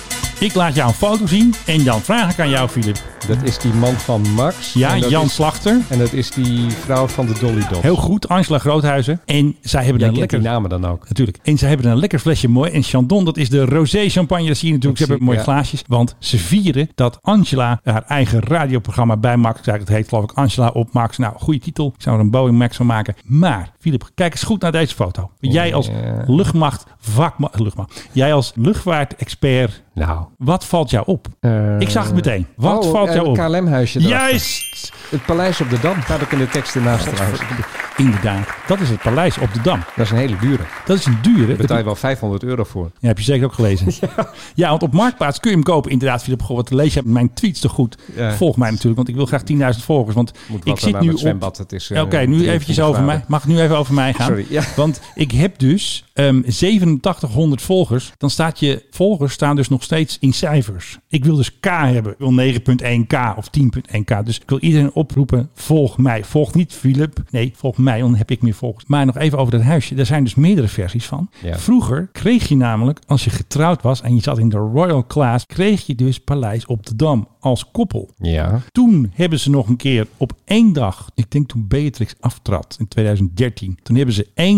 Ik laat jou een foto zien en dan vraag ik aan jou, Filip. Dat is die man van Max. Ja, en dat Jan is, Slachter. En dat is die vrouw van de Dolly Dots. Heel goed, Angela Groothuizen. En zij hebben Jij een kent lekker... die namen dan ook. Natuurlijk. En zij hebben een lekker flesje mooi. En Chandon, dat is de rosé champagne. Dat zie je natuurlijk. Ik Ze hebben zie- mooie ja. glaasjes. Want ze vieren dat Angela haar eigen radioprogramma bij Max. Het heet geloof ik Angela op Max. Nou, goede titel. Ik zou er een Boeing Max van maken. Maar, Filip, kijk eens goed naar deze foto. Jij als Ja. luchtmacht, vakma, luchtmacht. Jij als luchtvaartexpert. Nou. Wat valt jou op? Uh, Ik zag het meteen. Wat oh, valt uh, jou op? Het K L M-huisje. Juist! Het Paleis op de Dam. Daar heb ik in de tekst ernaast trouwens. Inderdaad. Dat is het paleis op de Dam. Dat is een hele dure. Dat is een dure. Daar betaal je wel vijfhonderd euro voor. Ja, heb je zeker ook gelezen. ja. ja, want op Marktplaats kun je hem kopen. Inderdaad, Philip, goh, wat lees je mijn tweets toch goed. Ja. Volg mij natuurlijk, want ik wil graag tienduizend volgers. Want Moet ik zit nu op... zwembad. Het is, uh, Oké, nu eventjes over mij. Mag het nu even over mij gaan? Sorry, ja. Want ik heb dus um, zevenentachtighonderd volgers. Dan staat je volgers staan dus nog steeds in cijfers. Ik wil dus K hebben. Ik wil negen komma één K of tien komma één K. Dus ik wil iedereen oproepen, volg mij. Volg niet Philip. Nee, volg mij, want dan heb ik meer volgers. Maar nog even over dat huisje. Er zijn dus meerdere versies van. Ja. Vroeger kreeg je namelijk, als je getrouwd was en je zat in de Royal Class, kreeg je dus Paleis op de Dam als koppel. Ja. Toen hebben ze nog een keer op één dag, ik denk toen Beatrix aftrad in tweeduizend dertien, toen hebben ze één dag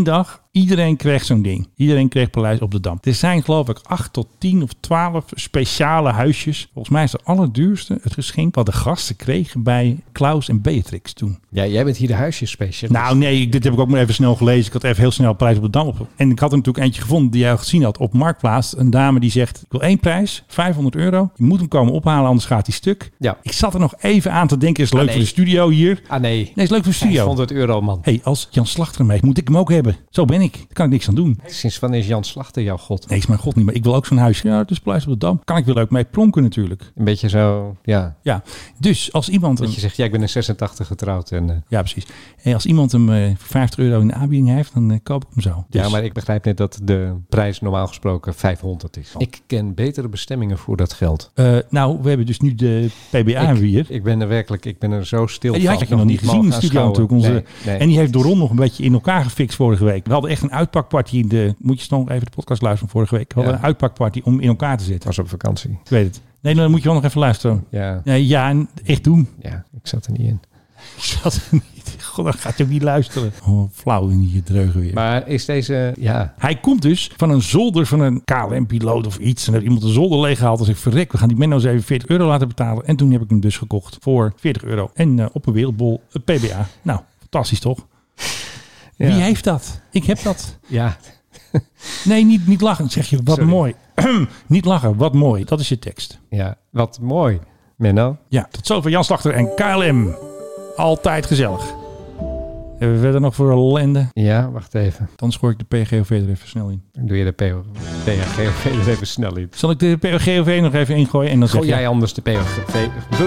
Iedereen kreeg zo'n ding. Iedereen kreeg Paleis op de Dam. Er zijn geloof ik acht tot tien of twaalf speciale huisjes. Volgens mij is het allerduurste het geschenk wat de gasten kregen bij Klaus en Beatrix toen. Ja, jij bent hier de huisjesspecialist. Nou nee, dit heb ik ook maar even snel gelezen. Ik had even heel snel Paleis op de Dam op. En ik had er natuurlijk eentje gevonden die jij al gezien had op Marktplaats. Een dame die zegt, ik wil één prijs, vijfhonderd euro. Je moet hem komen ophalen, anders gaat hij stuk. Ja. Ik zat er nog even aan te denken, is leuk Ah, nee. voor de studio hier. Ah nee. Nee, is leuk voor de studio. vijfhonderd euro man. Hé, hey, als Jan Slachter mee, moet ik hem ook hebben. Zo ben ik. Daar kan ik niks aan doen. Sinds wanneer is Jan Slachter jouw god? Nee, is mijn god niet, maar ik wil ook zo'n huis. Ja, het is Paleis op de Dam. Kan ik weer leuk mee plonken natuurlijk. Een beetje zo, ja. Ja, dus als iemand... Dat Een... je zegt, ja, ik ben in zesentachtig getrouwd. En, uh... Ja, precies. En als iemand hem uh, voor vijftig euro in de aanbieding heeft, dan uh, koop ik hem zo. Dus... Ja, maar ik begrijp net dat de prijs normaal gesproken vijfhonderd is. Oh. Ik ken betere bestemmingen voor dat geld. Uh, nou, we hebben dus nu de P B A ik, hier. Ik ben er werkelijk, ik ben er zo stil en die van. had je nog niet gezien in de studio natuurlijk. Onze... Nee, nee. En die heeft Doron nog een beetje in elkaar gefixt vorige week. We hadden echt een uitpakparty in de... Moet je nog even de podcast luisteren van vorige week. We hadden ja. een uitpakparty om in elkaar te zitten. Was op vakantie. Ik weet het. Nee, dan moet je wel nog even luisteren. Ja. Nee, ja, echt doen. Ja, ik zat er niet in. Ik zat er niet. God, dan gaat je ook niet luisteren. Oh, flauw in die dreugen weer. Maar is deze, ja... Hij komt dus van een zolder van een K L M-piloot of iets. En heeft iemand een zolder leeggehaald. En zegt, verrek, we gaan die Menno eens even veertig euro laten betalen. En toen heb ik hem dus gekocht voor veertig euro. En uh, op een wereldbol, een P B A. Nou, fantastisch toch? Ja. Wie heeft dat? Ik heb dat. Ja. Nee, niet, niet lachen. Zeg je, wat Sorry. mooi. Niet lachen, wat mooi. Dat is je tekst. Ja, wat mooi. Menno. Ja, tot zover Jan Slachter en K L M. Altijd gezellig. Hebben we verder nog voor ellende? Ja, wacht even. Dan schoor ik de P G O V er even snel in. Dan doe je de P G O V er even snel in. Zal ik de P G O V nog even ingooien? En dan Gooi zeg jij je... anders de P G O V...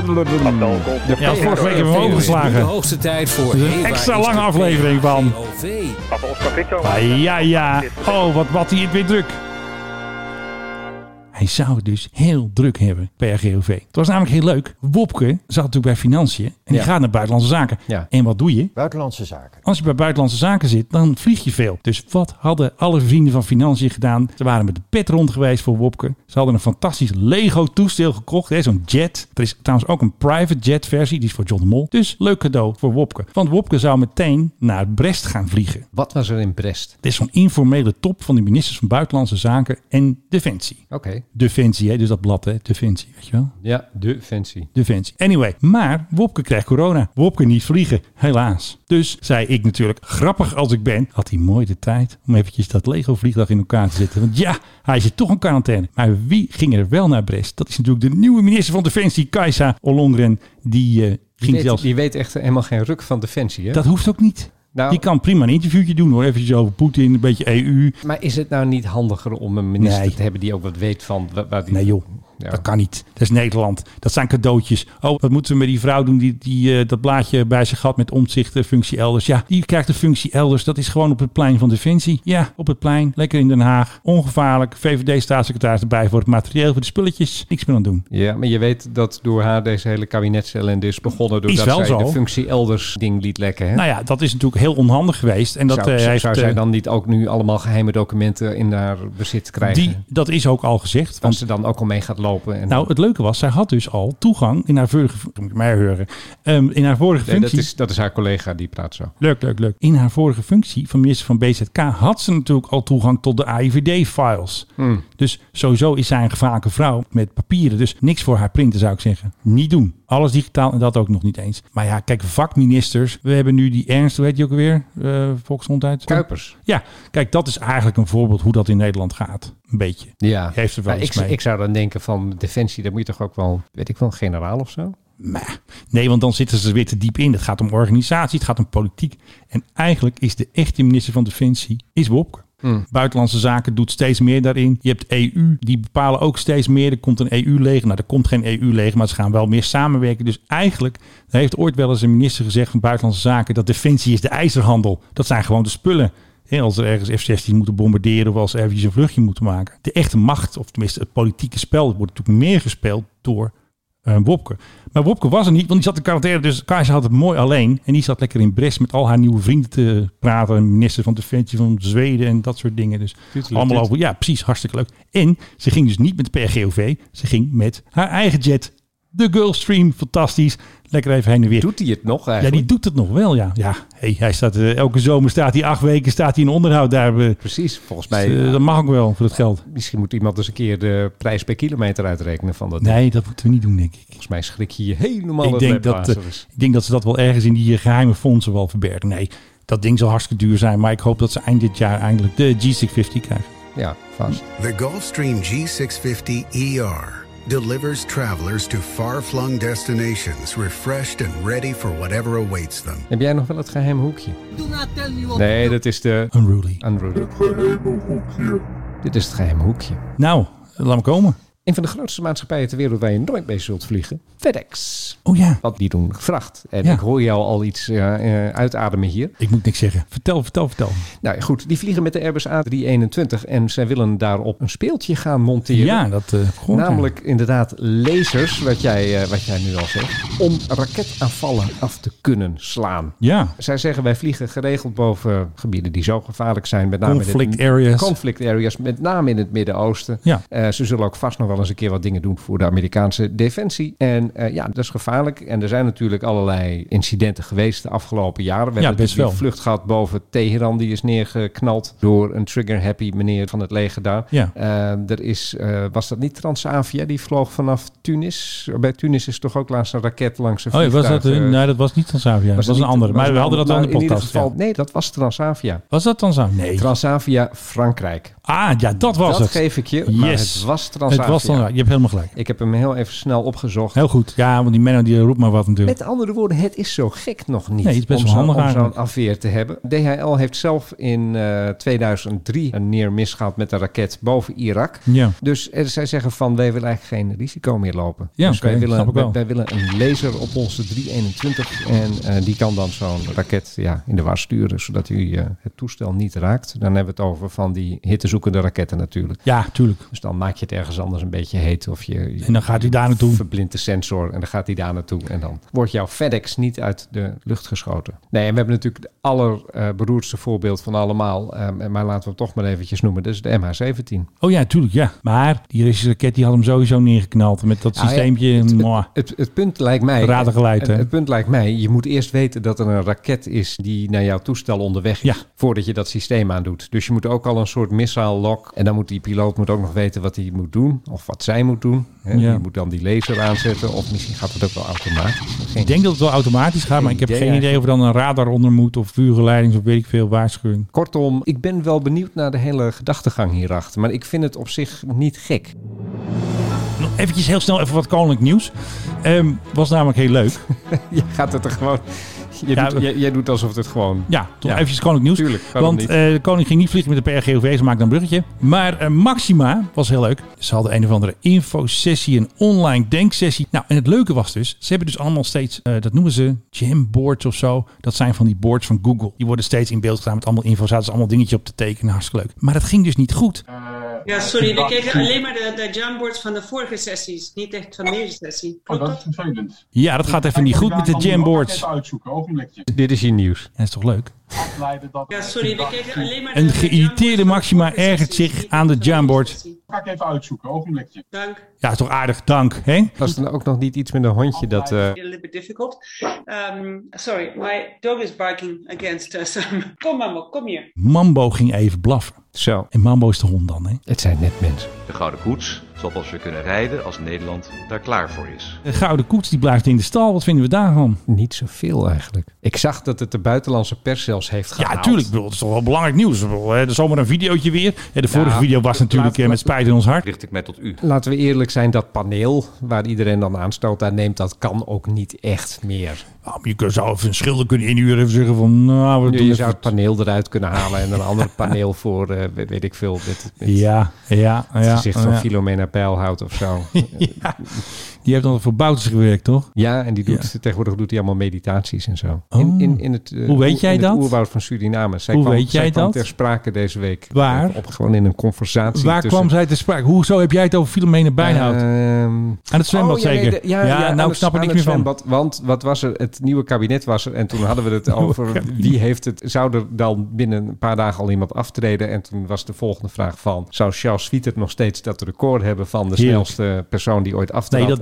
De ja, vorige week hebben we hem overgeslagen. De hoogste tijd voor dus een extra lange aflevering van... Ah, ja, ja. Oh, wat wat hij weer druk. Hij zou het dus heel druk hebben, P H G O V. Het was namelijk heel leuk. Wopke zat natuurlijk bij Financiën. En die ja. gaat naar Buitenlandse Zaken. Ja. En wat doe je? Buitenlandse Zaken. Als je bij Buitenlandse Zaken zit, dan vlieg je veel. Dus wat hadden alle vrienden van Financiën gedaan? Ze waren met de pet rond geweest voor Wopke. Ze hadden een fantastisch Lego toestel gekocht. Hè, zo'n jet. Er is trouwens ook een private jet versie. Die is voor John de Mol. Dus leuk cadeau voor Wopke. Want Wopke zou meteen naar Brest gaan vliegen. Wat was er in Brest? Het is zo'n informele top van de ministers van Buitenlandse Zaken en Defensie. Oké. Okay. Defensie, hè? Dus dat blad, hè? Defensie, weet je wel? Ja, Defensie. Defensie. Anyway, maar Wopke krijgt corona. Wopke niet vliegen, helaas. Dus zei ik natuurlijk, grappig als ik ben, had hij mooi de tijd om eventjes dat Lego vliegtuig in elkaar te zetten. Want ja, hij zit toch in quarantaine. Maar wie ging er wel naar Brest? Dat is natuurlijk de nieuwe minister van Defensie, Kajsa Ollongren. Die uh, ging die weet, zelfs... Die weet echt helemaal geen ruk van Defensie, hè? Dat hoeft ook niet. Nou, die kan prima een interviewtje doen hoor. Eventjes over Poetin, een beetje E U. Maar is het nou niet handiger om een minister nee. te hebben die ook wat weet van... Waar die... Nee joh, ja. Dat kan niet. Dat is Nederland. Dat zijn cadeautjes. Oh, wat moeten we met die vrouw doen die, die uh, dat blaadje bij zich had met Omtzigt, de functie elders. Ja, die krijgt de functie elders. Dat is gewoon op het plein van Defensie. Ja, op het plein. Lekker in Den Haag. Ongevaarlijk. V V D-staatssecretaris erbij voor het materieel, voor de spulletjes. Niks meer aan doen. Ja, maar je weet dat door haar deze hele kabinetsellende is begonnen doordat is wel zij zo. de functie elders ding liet lekken. Hè? Nou ja, dat is natuurlijk heel onhandig geweest. En dat, zou, uh, zou, heeft, zou zij dan niet ook nu allemaal geheime documenten in haar bezit krijgen? Die, dat is ook al gezegd. Want ze dan ook al mee gaat lopen. En nou, het leuke was, zij had dus al toegang in haar vorige... Moet je mij horen. Um, in haar vorige nee, functie... Dat is, dat is haar collega, die praat zo. Leuk, leuk, leuk. In haar vorige functie van minister van B Z K had ze natuurlijk al toegang tot de A I V D-files. Hmm. Dus sowieso is zij een gevaarlijke vrouw met papieren. Dus niks voor haar printen, zou ik zeggen. Niet doen. Alles digitaal en dat ook nog niet eens. Maar ja, kijk, vakministers. We hebben nu die Ernst, hoe heet die ook alweer? Uh, Volksgezondheid. Kuipers. Ja, kijk, dat is eigenlijk een voorbeeld hoe dat in Nederland gaat. Een beetje. Ja. Heeft er wel maar iets ik, mee. ik zou dan denken van Defensie, daar moet je toch ook wel, weet ik wel, een generaal of zo? Maar, nee, want dan zitten ze weer te diep in. Het gaat om organisatie, het gaat om politiek. En eigenlijk is de echte minister van Defensie is Wopke. Hmm. Buitenlandse Zaken doet steeds meer daarin. Je hebt E U, die bepalen ook steeds meer. Er komt een E U-leger. Nou, er komt geen E U-leger, maar ze gaan wel meer samenwerken. Dus eigenlijk heeft ooit wel eens een minister gezegd van Buitenlandse Zaken dat Defensie is de ijzerhandel. Dat zijn gewoon de spullen. He, als er ergens F zestien moeten bombarderen of als er eventjes een vluchtje moeten maken. De echte macht, of tenminste het politieke spel, wordt natuurlijk meer gespeeld door Uh, Wopke. Maar Wopke was er niet, want die zat in quarantaine. Dus Kajsa had het mooi alleen. En die zat lekker in Brest met al haar nieuwe vrienden te praten. Minister van Defensie van Zweden en dat soort dingen. Dus Tuurlijk, allemaal over. Ja, precies. Hartstikke leuk. En ze ging dus niet met de P H G O V. Ze ging met haar eigen jet. De Gulfstream, fantastisch. Lekker even heen en weer. Doet hij het nog eigenlijk? Ja, die doet het nog wel, ja. Ja, hey, hij staat, uh, elke zomer staat hij acht weken staat hij in onderhoud daar. Uh, Precies, volgens mij. Dus, uh, dat mag ook wel voor het geld. Misschien moet iemand eens een keer de prijs per kilometer uitrekenen van dat. Nee, dat moeten we niet doen, denk ik. Volgens mij schrik je je helemaal ik denk dat, uh, ik denk dat ze dat wel ergens in die geheime fondsen wel verbergen. Nee, dat ding zal hartstikke duur zijn. Maar ik hoop dat ze eind dit jaar eindelijk de G zeshonderdvijftig krijgen. Ja, vast. The Gulfstream G zeshonderdvijftig E R delivers travelers to far-flung destinations, refreshed and ready for whatever awaits them. Heb jij nog wel het geheime hoekje? Nee, dat is de... Unruly. Unruly. Dit is het geheime hoekje. Nou, laat me komen. Een van de grootste maatschappijen ter wereld waar je nooit mee zult vliegen. FedEx. Oh ja. Want die doen vracht. En ja. ik hoor jou al iets uh, uh, uitademen hier. Ik moet niks zeggen. Vertel, vertel, vertel. Nou goed, die vliegen met de Airbus A drie eenentwintig. En zij willen daarop een speeltje gaan monteren. Ja, dat uh, gehoord, Namelijk ja. inderdaad lasers, wat jij, uh, wat jij nu al zegt. Om raketaanvallen af te kunnen slaan. Ja. Zij zeggen wij vliegen geregeld boven gebieden die zo gevaarlijk zijn. Met name conflict in het, areas. Conflict areas, met name in het Midden-Oosten. Ja. Uh, ze zullen ook vast nog wel eens een keer wat dingen doen voor de Amerikaanse defensie. En uh, ja, dat is gevaarlijk. En er zijn natuurlijk allerlei incidenten geweest de afgelopen jaren. We ja, hebben best wel. die vlucht gehad boven Teheran. Die is neergeknald door een trigger-happy meneer van het leger daar. Ja. Uh, er is, uh, was dat niet Transavia? Die vloog vanaf Tunis. Bij Tunis is toch ook laatst een raket langs een oh, vliegtuig. Was dat, uh, nee, dat was niet Transavia. Dat was een andere. Maar we hadden dat al in de podcast. Geval, ja. Nee, dat was Transavia. Was dat Transavia? Nee. Transavia Frankrijk. Ah, ja, dat was dat het. Dat geef ik je, yes. maar het was Transavia. Het was Transavia. Je hebt helemaal gelijk. Ik heb hem heel even snel opgezocht. Heel goed. Ja, want die Menno die roept maar wat natuurlijk. Met andere woorden, het is zo gek nog niet. Nee, het is best om wel zo, handig om eigenlijk. zo'n afweer te hebben. D H L heeft zelf in uh, tweeduizend drie een neer misgehad met een raket boven Irak. Ja. Dus eh, zij zeggen van, wij willen eigenlijk geen risico meer lopen. Ja, dus okay, wij, willen, wij, wij wij willen een laser op onze drie eenentwintig. En uh, die kan dan zo'n raket ja, in de war sturen, zodat u uh, het toestel niet raakt. Dan hebben we het over van die hittezoekende raketten natuurlijk. Ja, tuurlijk. Dus dan maak je het ergens anders een beetje heet. Of je, je en dan gaat hij daar naartoe. Verblindt de sensor en dan gaat hij daar naartoe. En dan wordt jouw FedEx niet uit de lucht geschoten. Nee, en we hebben natuurlijk het allerberoerdste uh, voorbeeld van allemaal. Um, maar laten we hem toch maar eventjes noemen. Dat is de M H zeventien. Oh ja, tuurlijk, ja. Maar die Russische raket die had hem sowieso neergeknald. Met dat nou, systeempje. Ja, het, het, het, het punt lijkt mij... Radergeleid, het, het punt lijkt mij, je moet eerst weten dat er een raket is die naar jouw toestel onderweg is. Ja. Voordat je dat systeem aandoet. Dus je moet ook al een soort missile lock. En dan moet die piloot moet ook nog weten wat hij moet doen. Of wat zij moet doen. He, ja. Je moet dan die laser aanzetten. Of misschien gaat het ook wel automatisch. Geen... Ik denk dat het wel automatisch gaat. Maar ik heb idee geen idee of er dan een radar onder moet. Of vuurgeleidings of weet ik veel waarschuwing. Kortom, ik ben wel benieuwd naar de hele gedachtegang hierachter. Maar ik vind het op zich niet gek. Nog eventjes heel snel even wat koninklijk nieuws. Um, was namelijk heel leuk. Je gaat het er gewoon... Je ja, doet, jij, jij doet alsof het gewoon... Ja, toch ja. Eventjes koninklijk nieuws. Tuurlijk, want uh, de koning ging niet vliegen met de P R G O V. Ze maakte een bruggetje. Maar uh, Maxima was heel leuk. Ze hadden een of andere infosessie, een online denksessie. Nou, en het leuke was dus, ze hebben dus allemaal steeds, uh, dat noemen ze Jamboards of zo. Dat zijn van die boards van Google. Die worden steeds in beeld gedaan met allemaal info. Zaten ze allemaal dingetjes op te tekenen. Hartstikke leuk. Maar dat ging dus niet goed. Uh, ja, sorry. We kregen alleen maar de, de Jamboards van de vorige sessies. Niet echt van deze sessie. Oh, dat is vervelend. Ja, dat gaat even niet goed met de Jamboards. Dit is je nieuws. Ja, dat is toch leuk? Ja, sorry, we kregen alleen maar... Een geïrriteerde Maxima ergert zich aan de Jamboard. Ga ik even uitzoeken, ogenblikje. Dank. Ja, is toch aardig, dank, hè? Was er ook nog niet iets met een hondje dat... Uh... A little bit difficult. Um, sorry, my dog is barking against us. Kom Mambo, kom hier. Mambo ging even blaffen. Zo. En Mambo is de hond dan, hè? Het zijn net mensen. De Gouden Koets zal pas weer kunnen rijden als Nederland daar klaar voor is. De Gouden Koets die blijft in de stal. Wat vinden we daarvan? Niet zoveel eigenlijk. Ik zag dat het de buitenlandse pers zelfs heeft gehaald. Ja, tuurlijk. Dat is toch wel belangrijk nieuws. Er is zomaar een videootje weer. De vorige ja, video was natuurlijk laat, met spijt in ons hart. Richt ik mij tot u. Laten we eerlijk zijn, dat paneel waar iedereen dan aanstoot aan neemt, dat kan ook niet echt meer. Nou, je zou even een schilder kunnen inhuren en zeggen van... Nou, we je je zou het paneel eruit kunnen halen en een ander paneel voor, uh, weet ik veel. Met, met ja, ja. Het ja, gezicht van ja. Filomena Peilhout of zo. Ja, die heeft nog voor Bouters gewerkt, toch? Ja, en die doet, ja. tegenwoordig doet hij allemaal meditaties en zo. Oh. In, in, in het, uh, Hoe weet jij in dat? het oerwoud van Suriname. Zij Hoe kwam, weet jij zij kwam dat? ter sprake deze week. Waar? Op, gewoon in een conversatie. Waar tussen... kwam zij ter sprake? Hoezo heb jij het over Filomena Bijnhout? Uh, aan het zwembad oh, ja, zeker? Nee, de, ja, ja, ja, nou ik snap er niks meer van. Want wat was er? Het nieuwe kabinet was er. En toen hadden we het over wie heeft het. Zou er dan binnen een paar dagen al iemand aftreden? En toen was de volgende vraag van... Zou Charles Swietert nog steeds dat record hebben van de Heerlijk. snelste persoon die ooit aftrad? Nee, dat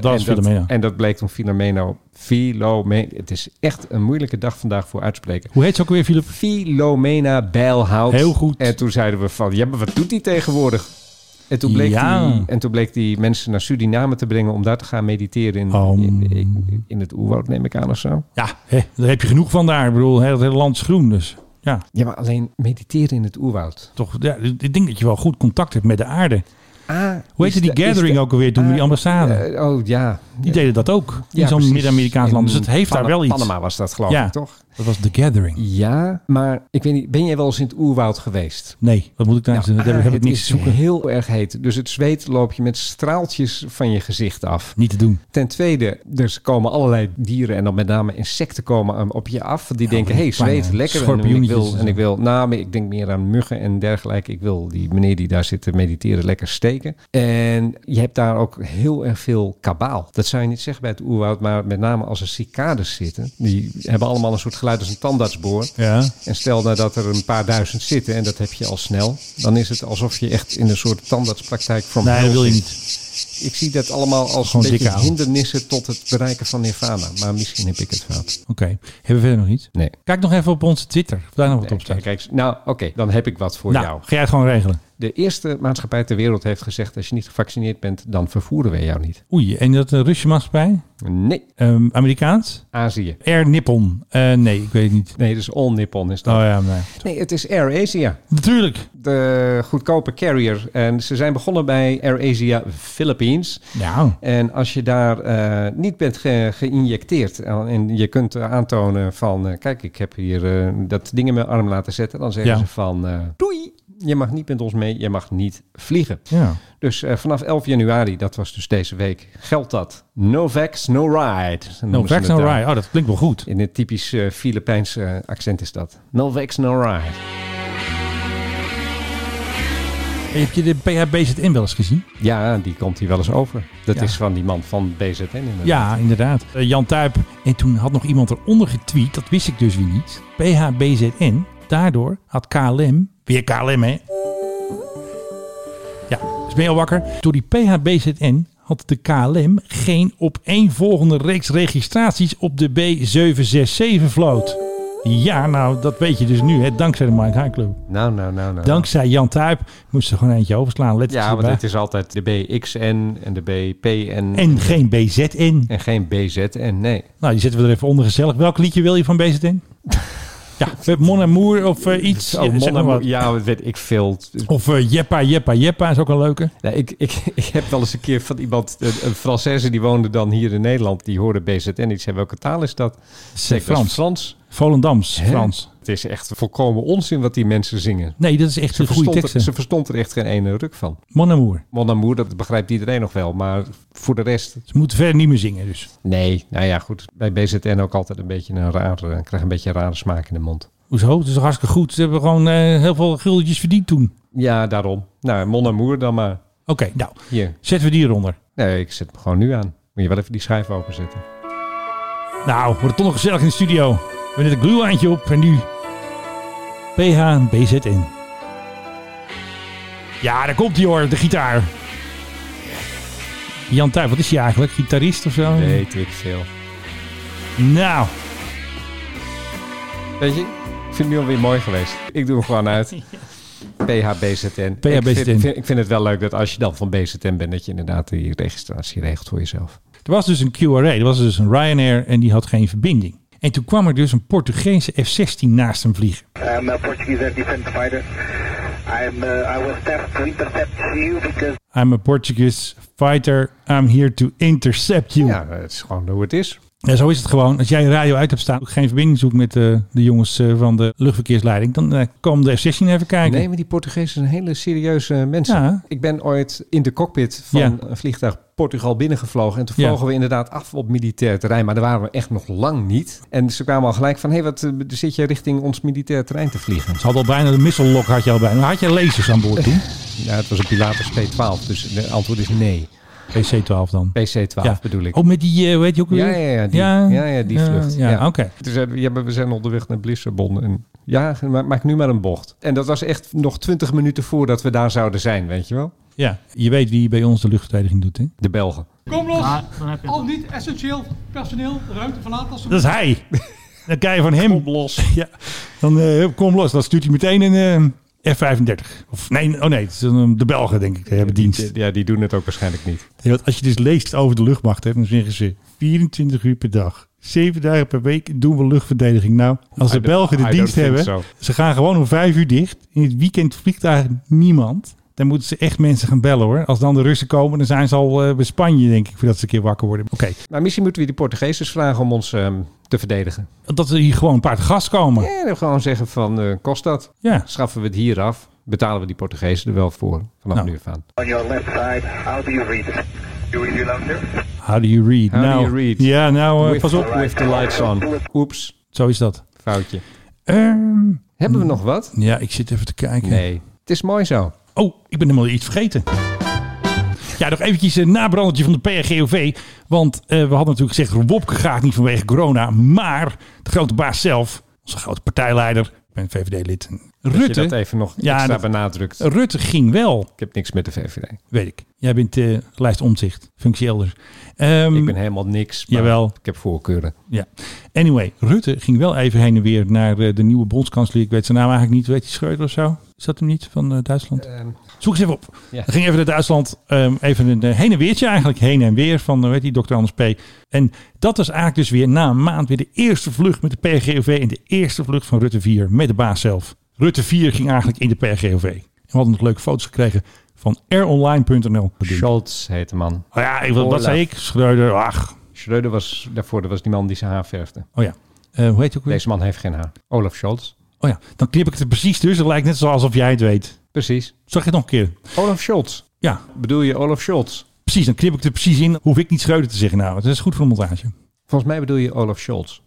was en dat, Filomeno. En dat bleek toen Filomeno. Filomena. Het is echt een moeilijke dag vandaag voor uitspreken. Hoe heet ze ook weer, Filip? Filomena Bijlhout. Heel goed. En toen zeiden we van, ja, maar wat doet die tegenwoordig? En toen bleek, Ja. die, en toen bleek die mensen naar Suriname te brengen om daar te gaan mediteren in, Oh. in, in, in het oerwoud, neem ik aan of zo. Ja, hè, daar heb je genoeg van daar. Ik bedoel, het hele land is groen, dus ja. Ja, maar alleen mediteren in het oerwoud. Toch, ja, ik denk dat je wel goed contact hebt met de aarde. Ah, Hoe heette die de, gathering de, ook alweer toen, ah, die ambassade? Uh, oh ja. Die deden dat ook. Ja, in zo'n precies. Midden-Amerikaans land. Dus het heeft Pan- daar wel iets. Panama was dat, geloof ja, ik, toch? Dat was The Gathering. Ja, maar ik weet niet, ben jij wel eens in het oerwoud geweest? Nee, wat moet ik daar Nou, nou, Daar heb ah, ik niks het te is zoeken. heel erg heet. Dus het zweet loop je met straaltjes van je gezicht af. Niet te doen. Ten tweede, er komen allerlei dieren en dan met name insecten komen op je af. Die Ja, denken, hé, hey, kleine zweet, lekker. En ik schorpioentjes wil, en en ik zo. wil, nou, maar ik denk meer aan muggen en dergelijke. Ik wil die meneer die daar zit te mediteren lekker steken. En je hebt daar ook heel erg veel kabaal. Dat zou je niet zeggen bij het oerwoud, maar met name als er cicades zitten. Die hebben allemaal een soort geluid als een tandartsboor. Ja. En stel nou dat er een paar duizend zitten en dat heb je al snel. Dan is het alsof je echt in een soort tandartspraktijk from Nee, hell dat wil je zit. niet. Ik zie dat allemaal als Gewoon een beetje dikke ouwe. hindernissen tot het bereiken van nirvana. Maar misschien heb ik het fout. Oké. Okay. Hebben we verder nog iets? Nee. Kijk nog even op onze Twitter. Of daar nog wat Nee, op staat. kijk, kijk, nou, oké. Okay, dan heb ik wat voor nou, jou. ga jij het gewoon regelen? De eerste maatschappij ter wereld heeft gezegd, als je niet gevaccineerd bent, dan vervoeren wij jou niet. Oei, en dat uh, Russische maatschappij? Nee. Um, Amerikaans? Azië. Air Nippon? Uh, nee, ik weet het niet. Nee, dus All Nippon is dat. Oh ja, nee. Nee, het is Air Asia. Natuurlijk. De goedkope carrier. En ze zijn begonnen bij Air Asia Philippines. Ja. En als je daar uh, niet bent ge- geïnjecteerd en je kunt uh, aantonen van, uh, kijk, ik heb hier uh, dat ding in mijn arm laten zetten, dan zeggen ja. ze van, uh, doei, je mag niet met ons mee, je mag niet vliegen. Ja. Dus uh, vanaf elf januari, dat was dus deze week, geldt dat. No vax, no ride. No vax, no ride. Oh, dat klinkt wel goed. In het typisch uh, Filipijnse uh, accent is dat. No vax, no ride. Hey, heb je de P H B Z N wel eens gezien? Ja, die komt hier wel eens over. Dat ja. is van die man van B Z N inderdaad. Ja, inderdaad. Uh, Jan Tuip. En toen had nog iemand eronder getweet, dat wist ik dus weer niet. P H B Z N. Daardoor had K L M, weer K L M hè. Ja, dus ben je al wakker? Door die P H B Z N had de K L M geen opeenvolgende reeks registraties op de B zeven zes zeven vloot. Ja, nou, dat weet je dus nu, hè, dankzij de Mike High Club. Nou, nou, nou, nou. Dankzij Jan Tuip moest er gewoon eentje overslaan. Let ja, want het is altijd de B X N en de B P N. En geen B Z N. En geen B Z N, nee. Nou, die zetten we er even onder gezellig. Welk liedje wil je van B Z N? Ja, Mon Amour of uh, iets. Oh, ja, Mon Amour, ja, ja, dat weet ik veel. Of uh, Jeppa, Jeppa, Jeppa is ook een leuke. Ja, ik, ik, ik heb wel eens een keer van iemand, een, een Française die woonde dan hier in Nederland, die hoorde B Z N. Ik zei, welke taal is dat? Zeg, Frans. dat is Frans. Volendams, Hè? Frans. Het is echt volkomen onzin wat die mensen zingen. Nee, dat is echt Ze een goede verstond, tekst. er, ze verstond er echt geen ene ruk van. Mon Amour. Mon Amour, dat begrijpt iedereen nog wel, maar voor de rest... Ze moeten verder niet meer zingen dus. Nee, nou ja, goed. Bij B Z N ook altijd een beetje een rare, ik krijg een beetje een rare smaak in de mond. Hoezo? Het is toch hartstikke goed. Ze hebben gewoon uh, heel veel guldetjes verdiend toen. Ja, daarom. Nou, Mon Amour dan maar. Oké, okay, nou. Hier. Zetten we die eronder. Nee, ik zet hem gewoon nu aan. Moet je wel even die schijf openzetten. Nou, wordt het toch nog gezellig in de studio. We hebben net een gluwijntje op en nu P H B Z N. Ja, daar komt hij hoor, de gitaar. Jan Tuip, wat is hij eigenlijk? Gitarist of zo? Weet ik veel. Nou. Weet je, ik vind het nu alweer mooi geweest. Ik doe hem gewoon uit. P H B Z N. P H B Z N. Ik vind, vind, ik vind het wel leuk dat als je dan van B Z N bent, dat je inderdaad die registratie regelt voor jezelf. Er was dus een Q R A, er was dus een Ryanair en die had geen verbinding. En toen kwam er dus een Portugese F zestien naast hem vliegen. I'm a Portuguese defense fighter. I'm, uh, I was tasked to intercept you because... I'm a Portuguese fighter. I'm here to intercept you. Ja, het is gewoon hoe het is. Ja, zo is het gewoon. Als jij een radio uit hebt staan, geen verbinding zoekt met uh, de jongens uh, van de luchtverkeersleiding, dan uh, komen de F zestien even kijken. Nee, maar die Portugezen zijn hele serieuze mensen. Ja. Ik ben ooit in de cockpit van ja. een vliegtuig Portugal binnengevlogen. En toen vlogen ja. we inderdaad af op militair terrein. Maar daar waren we echt nog lang niet. En ze kwamen al gelijk van, hé, hey, wat uh, zit je richting ons militair terrein te vliegen? Ze hadden al bijna de missellok, had je al bijna. Had je lasers aan boord toen? Ja, het was een Pilatus P twaalf, dus het antwoord is nee. P C twaalf dan? P C twaalf ja. bedoel ik. Oh, met die, uh, hoe heet je ook weer? Ja, ja, ja, die, ja, ja, ja, die uh, vlucht. Ja, ja. oké. Okay. Ja, we zijn onderweg naar Lissabon en Ja, ma- maak nu maar een bocht. En dat was echt nog twintig minuten voordat we daar zouden zijn, weet je wel? Ja, je weet wie bij ons de luchtverdediging doet, hè? De Belgen. Kom los! Al niet essentieel personeel de ruimte verlaten als ze... Dat is hij. Dan krijg je van hem. Kom los. Ja, dan uh, kom los. Dan stuurt hij meteen een uh, F vijfendertig. Of nee, oh nee, het is een, de Belgen denk ik. Die hebben dienst. Ja, die doen het ook waarschijnlijk niet. Ja, want als je dus leest over de luchtmacht, hè, dan zeggen ze vierentwintig uur per dag. Zeven dagen per week doen we luchtverdediging. Nou, als de I Belgen de I dienst hebben, so. ze gaan gewoon om vijf uur dicht. In het weekend vliegt daar niemand. Dan moeten ze echt mensen gaan bellen hoor. Als dan de Russen komen, dan zijn ze al uh, bij Spanje denk ik, voordat ze een keer wakker worden. Oké. Okay. Maar misschien moeten we die Portugezen vragen om ons um, te verdedigen. Dat er hier gewoon een paar te gast komen. Ja, dan gewoon zeggen van, uh, kost dat? Ja. Schaffen we het hier af? Betalen we die Portugezen er wel voor vanaf nou. nu af aan? On your left side, how do you read it? Do we do louder? How do you read? How nou, do you read? Ja, nou, uh, with, pas op. With the lights on. Oeps. Zo is dat. Foutje. Um, Hebben we nog wat? Ja, ik zit even te kijken. Nee, het is mooi zo. Oh, ik ben helemaal iets vergeten. Ja, nog eventjes een nabrandertje van de P R G O V. Want uh, we hadden natuurlijk gezegd, Wopke gaat niet vanwege corona. Maar de grote baas zelf, onze grote partijleider, ik ben V V D-lid. Rutte. Dat je dat even nog ja, extra dat, benadrukt. Rutte ging wel. Ik heb niks met de V V D. Weet ik. Jij bent uh, lijst omzicht, functie elders. Um, ik ben helemaal niks, maar jawel. Ik heb voorkeuren. Ja. Anyway, Rutte ging wel even heen en weer naar uh, de nieuwe bondskanselier. Ik weet zijn naam eigenlijk niet. Weet je, Schreuder of zo? Is dat hem niet, van uh, Duitsland? Um, Zoek eens even op. Ja. Dan ging even naar Duitsland. Um, even een uh, heen en weertje eigenlijk. Heen en weer van, uh, weet je, dokter Anders P. En dat was eigenlijk dus weer na een maand weer de eerste vlucht met de P R G O V. En de eerste vlucht van Rutte vier met de baas zelf. Rutte vier ging eigenlijk in de P R G O V. En we hadden nog leuke foto's gekregen van air online punt n l. Scholz heet de man. Oh ja, ik, wat zei ik? Schreuder, ach. Schreuder was daarvoor, dat was die man die zijn haar verfde. Oh ja. Uh, hoe heet je ook weer? Deze man heeft geen haar. Olaf Scholz. Oh ja, dan knip ik het er precies tussen. Het lijkt net zo alsof jij het weet. Precies. Zeg je het nog een keer? Olaf Scholz. Ja. Bedoel je Olaf Scholz? Precies, dan knip ik het er precies in. Hoef ik niet Schreuder te zeggen. Nou, dat is goed voor de montage. Volgens mij bedoel je Olaf Scholz.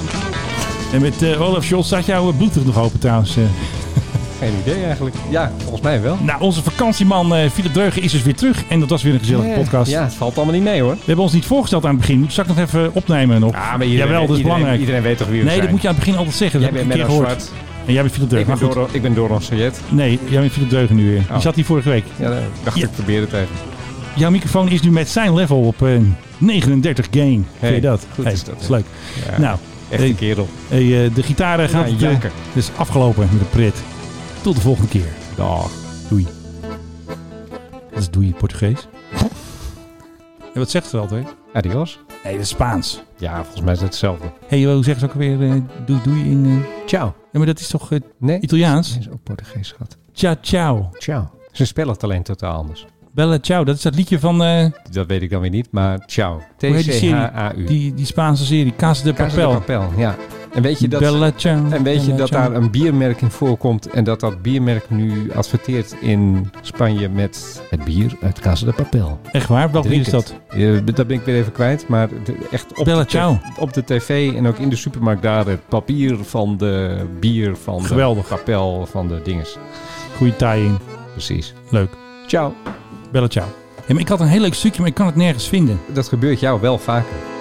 En met uh, Olaf Scholz staat jouw bloedrug nog open trouwens. Uh. Geen idee eigenlijk. Ja, volgens mij wel. Nou, onze vakantieman uh, Philip Dreugen is dus weer terug. En dat was weer een gezellige yeah, podcast. Ja, het valt allemaal niet mee hoor. We hebben ons niet voorgesteld aan het begin. Moet ik nog even opnemen nog? Ja, maar iedereen, Jawel, dat is iedereen, belangrijk. Iedereen weet toch wie we nee, zijn? dat moet je aan het begin altijd zeggen. Jij dat bent heb ik een keer gehoord. En jij bent Philip Dreugen. Ik ben, Doron, ik ben Doron Sayed. Nee, jij bent Philip Dreugen nu weer. Oh. Je zat hier vorige week. Ja, ik dacht ja. ik probeer het even. Jouw microfoon is nu met zijn level op uh, negenendertig gain. Hey, Vind je dat? Goed hey, is dat. Dat is leuk. Ja, nou, echt een kerel. Hey, uh, de gitaren gaat ja, het uh, dus afgelopen met de pret. Tot de volgende keer. Dag. Doei. Dat is doei Portugees. En wat zegt ze altijd? Adios. Nee, dat is Spaans. Ja, volgens mij is het hetzelfde. Hé, hey, hoe zeggen ze ook weer uh, doei doei in... Uh... Ciao. Ja, maar dat is toch uh, nee, Italiaans? Nee, dat is ook Portugees, schat. Ciao, ciao. Ciao. Ze spellen het alleen totaal anders. Bella ciao, dat is dat liedje van... Uh... Dat weet ik dan weer niet, maar ciao. T C H A U. Die, die Spaanse serie, Casa de Papel. Casa de Papel, ja. En weet je dat, Bella ciao, en weet je Bella dat ciao. daar een biermerk in voorkomt en dat dat biermerk nu adverteert in Spanje met het bier uit Casa de Papel. Echt waar? Welk bier is dat? Ja, dat ben ik weer even kwijt, maar de, echt op Bella de, ciao. op de tv en ook in de supermarkt daar het papier van de bier van Geweldig. de Papel van de dinges. Goeie tie-in. Precies. Leuk. Ciao. Bella ciao. Ja, maar ik had een heel leuk stukje, maar ik kan het nergens vinden. Dat gebeurt jou wel vaker.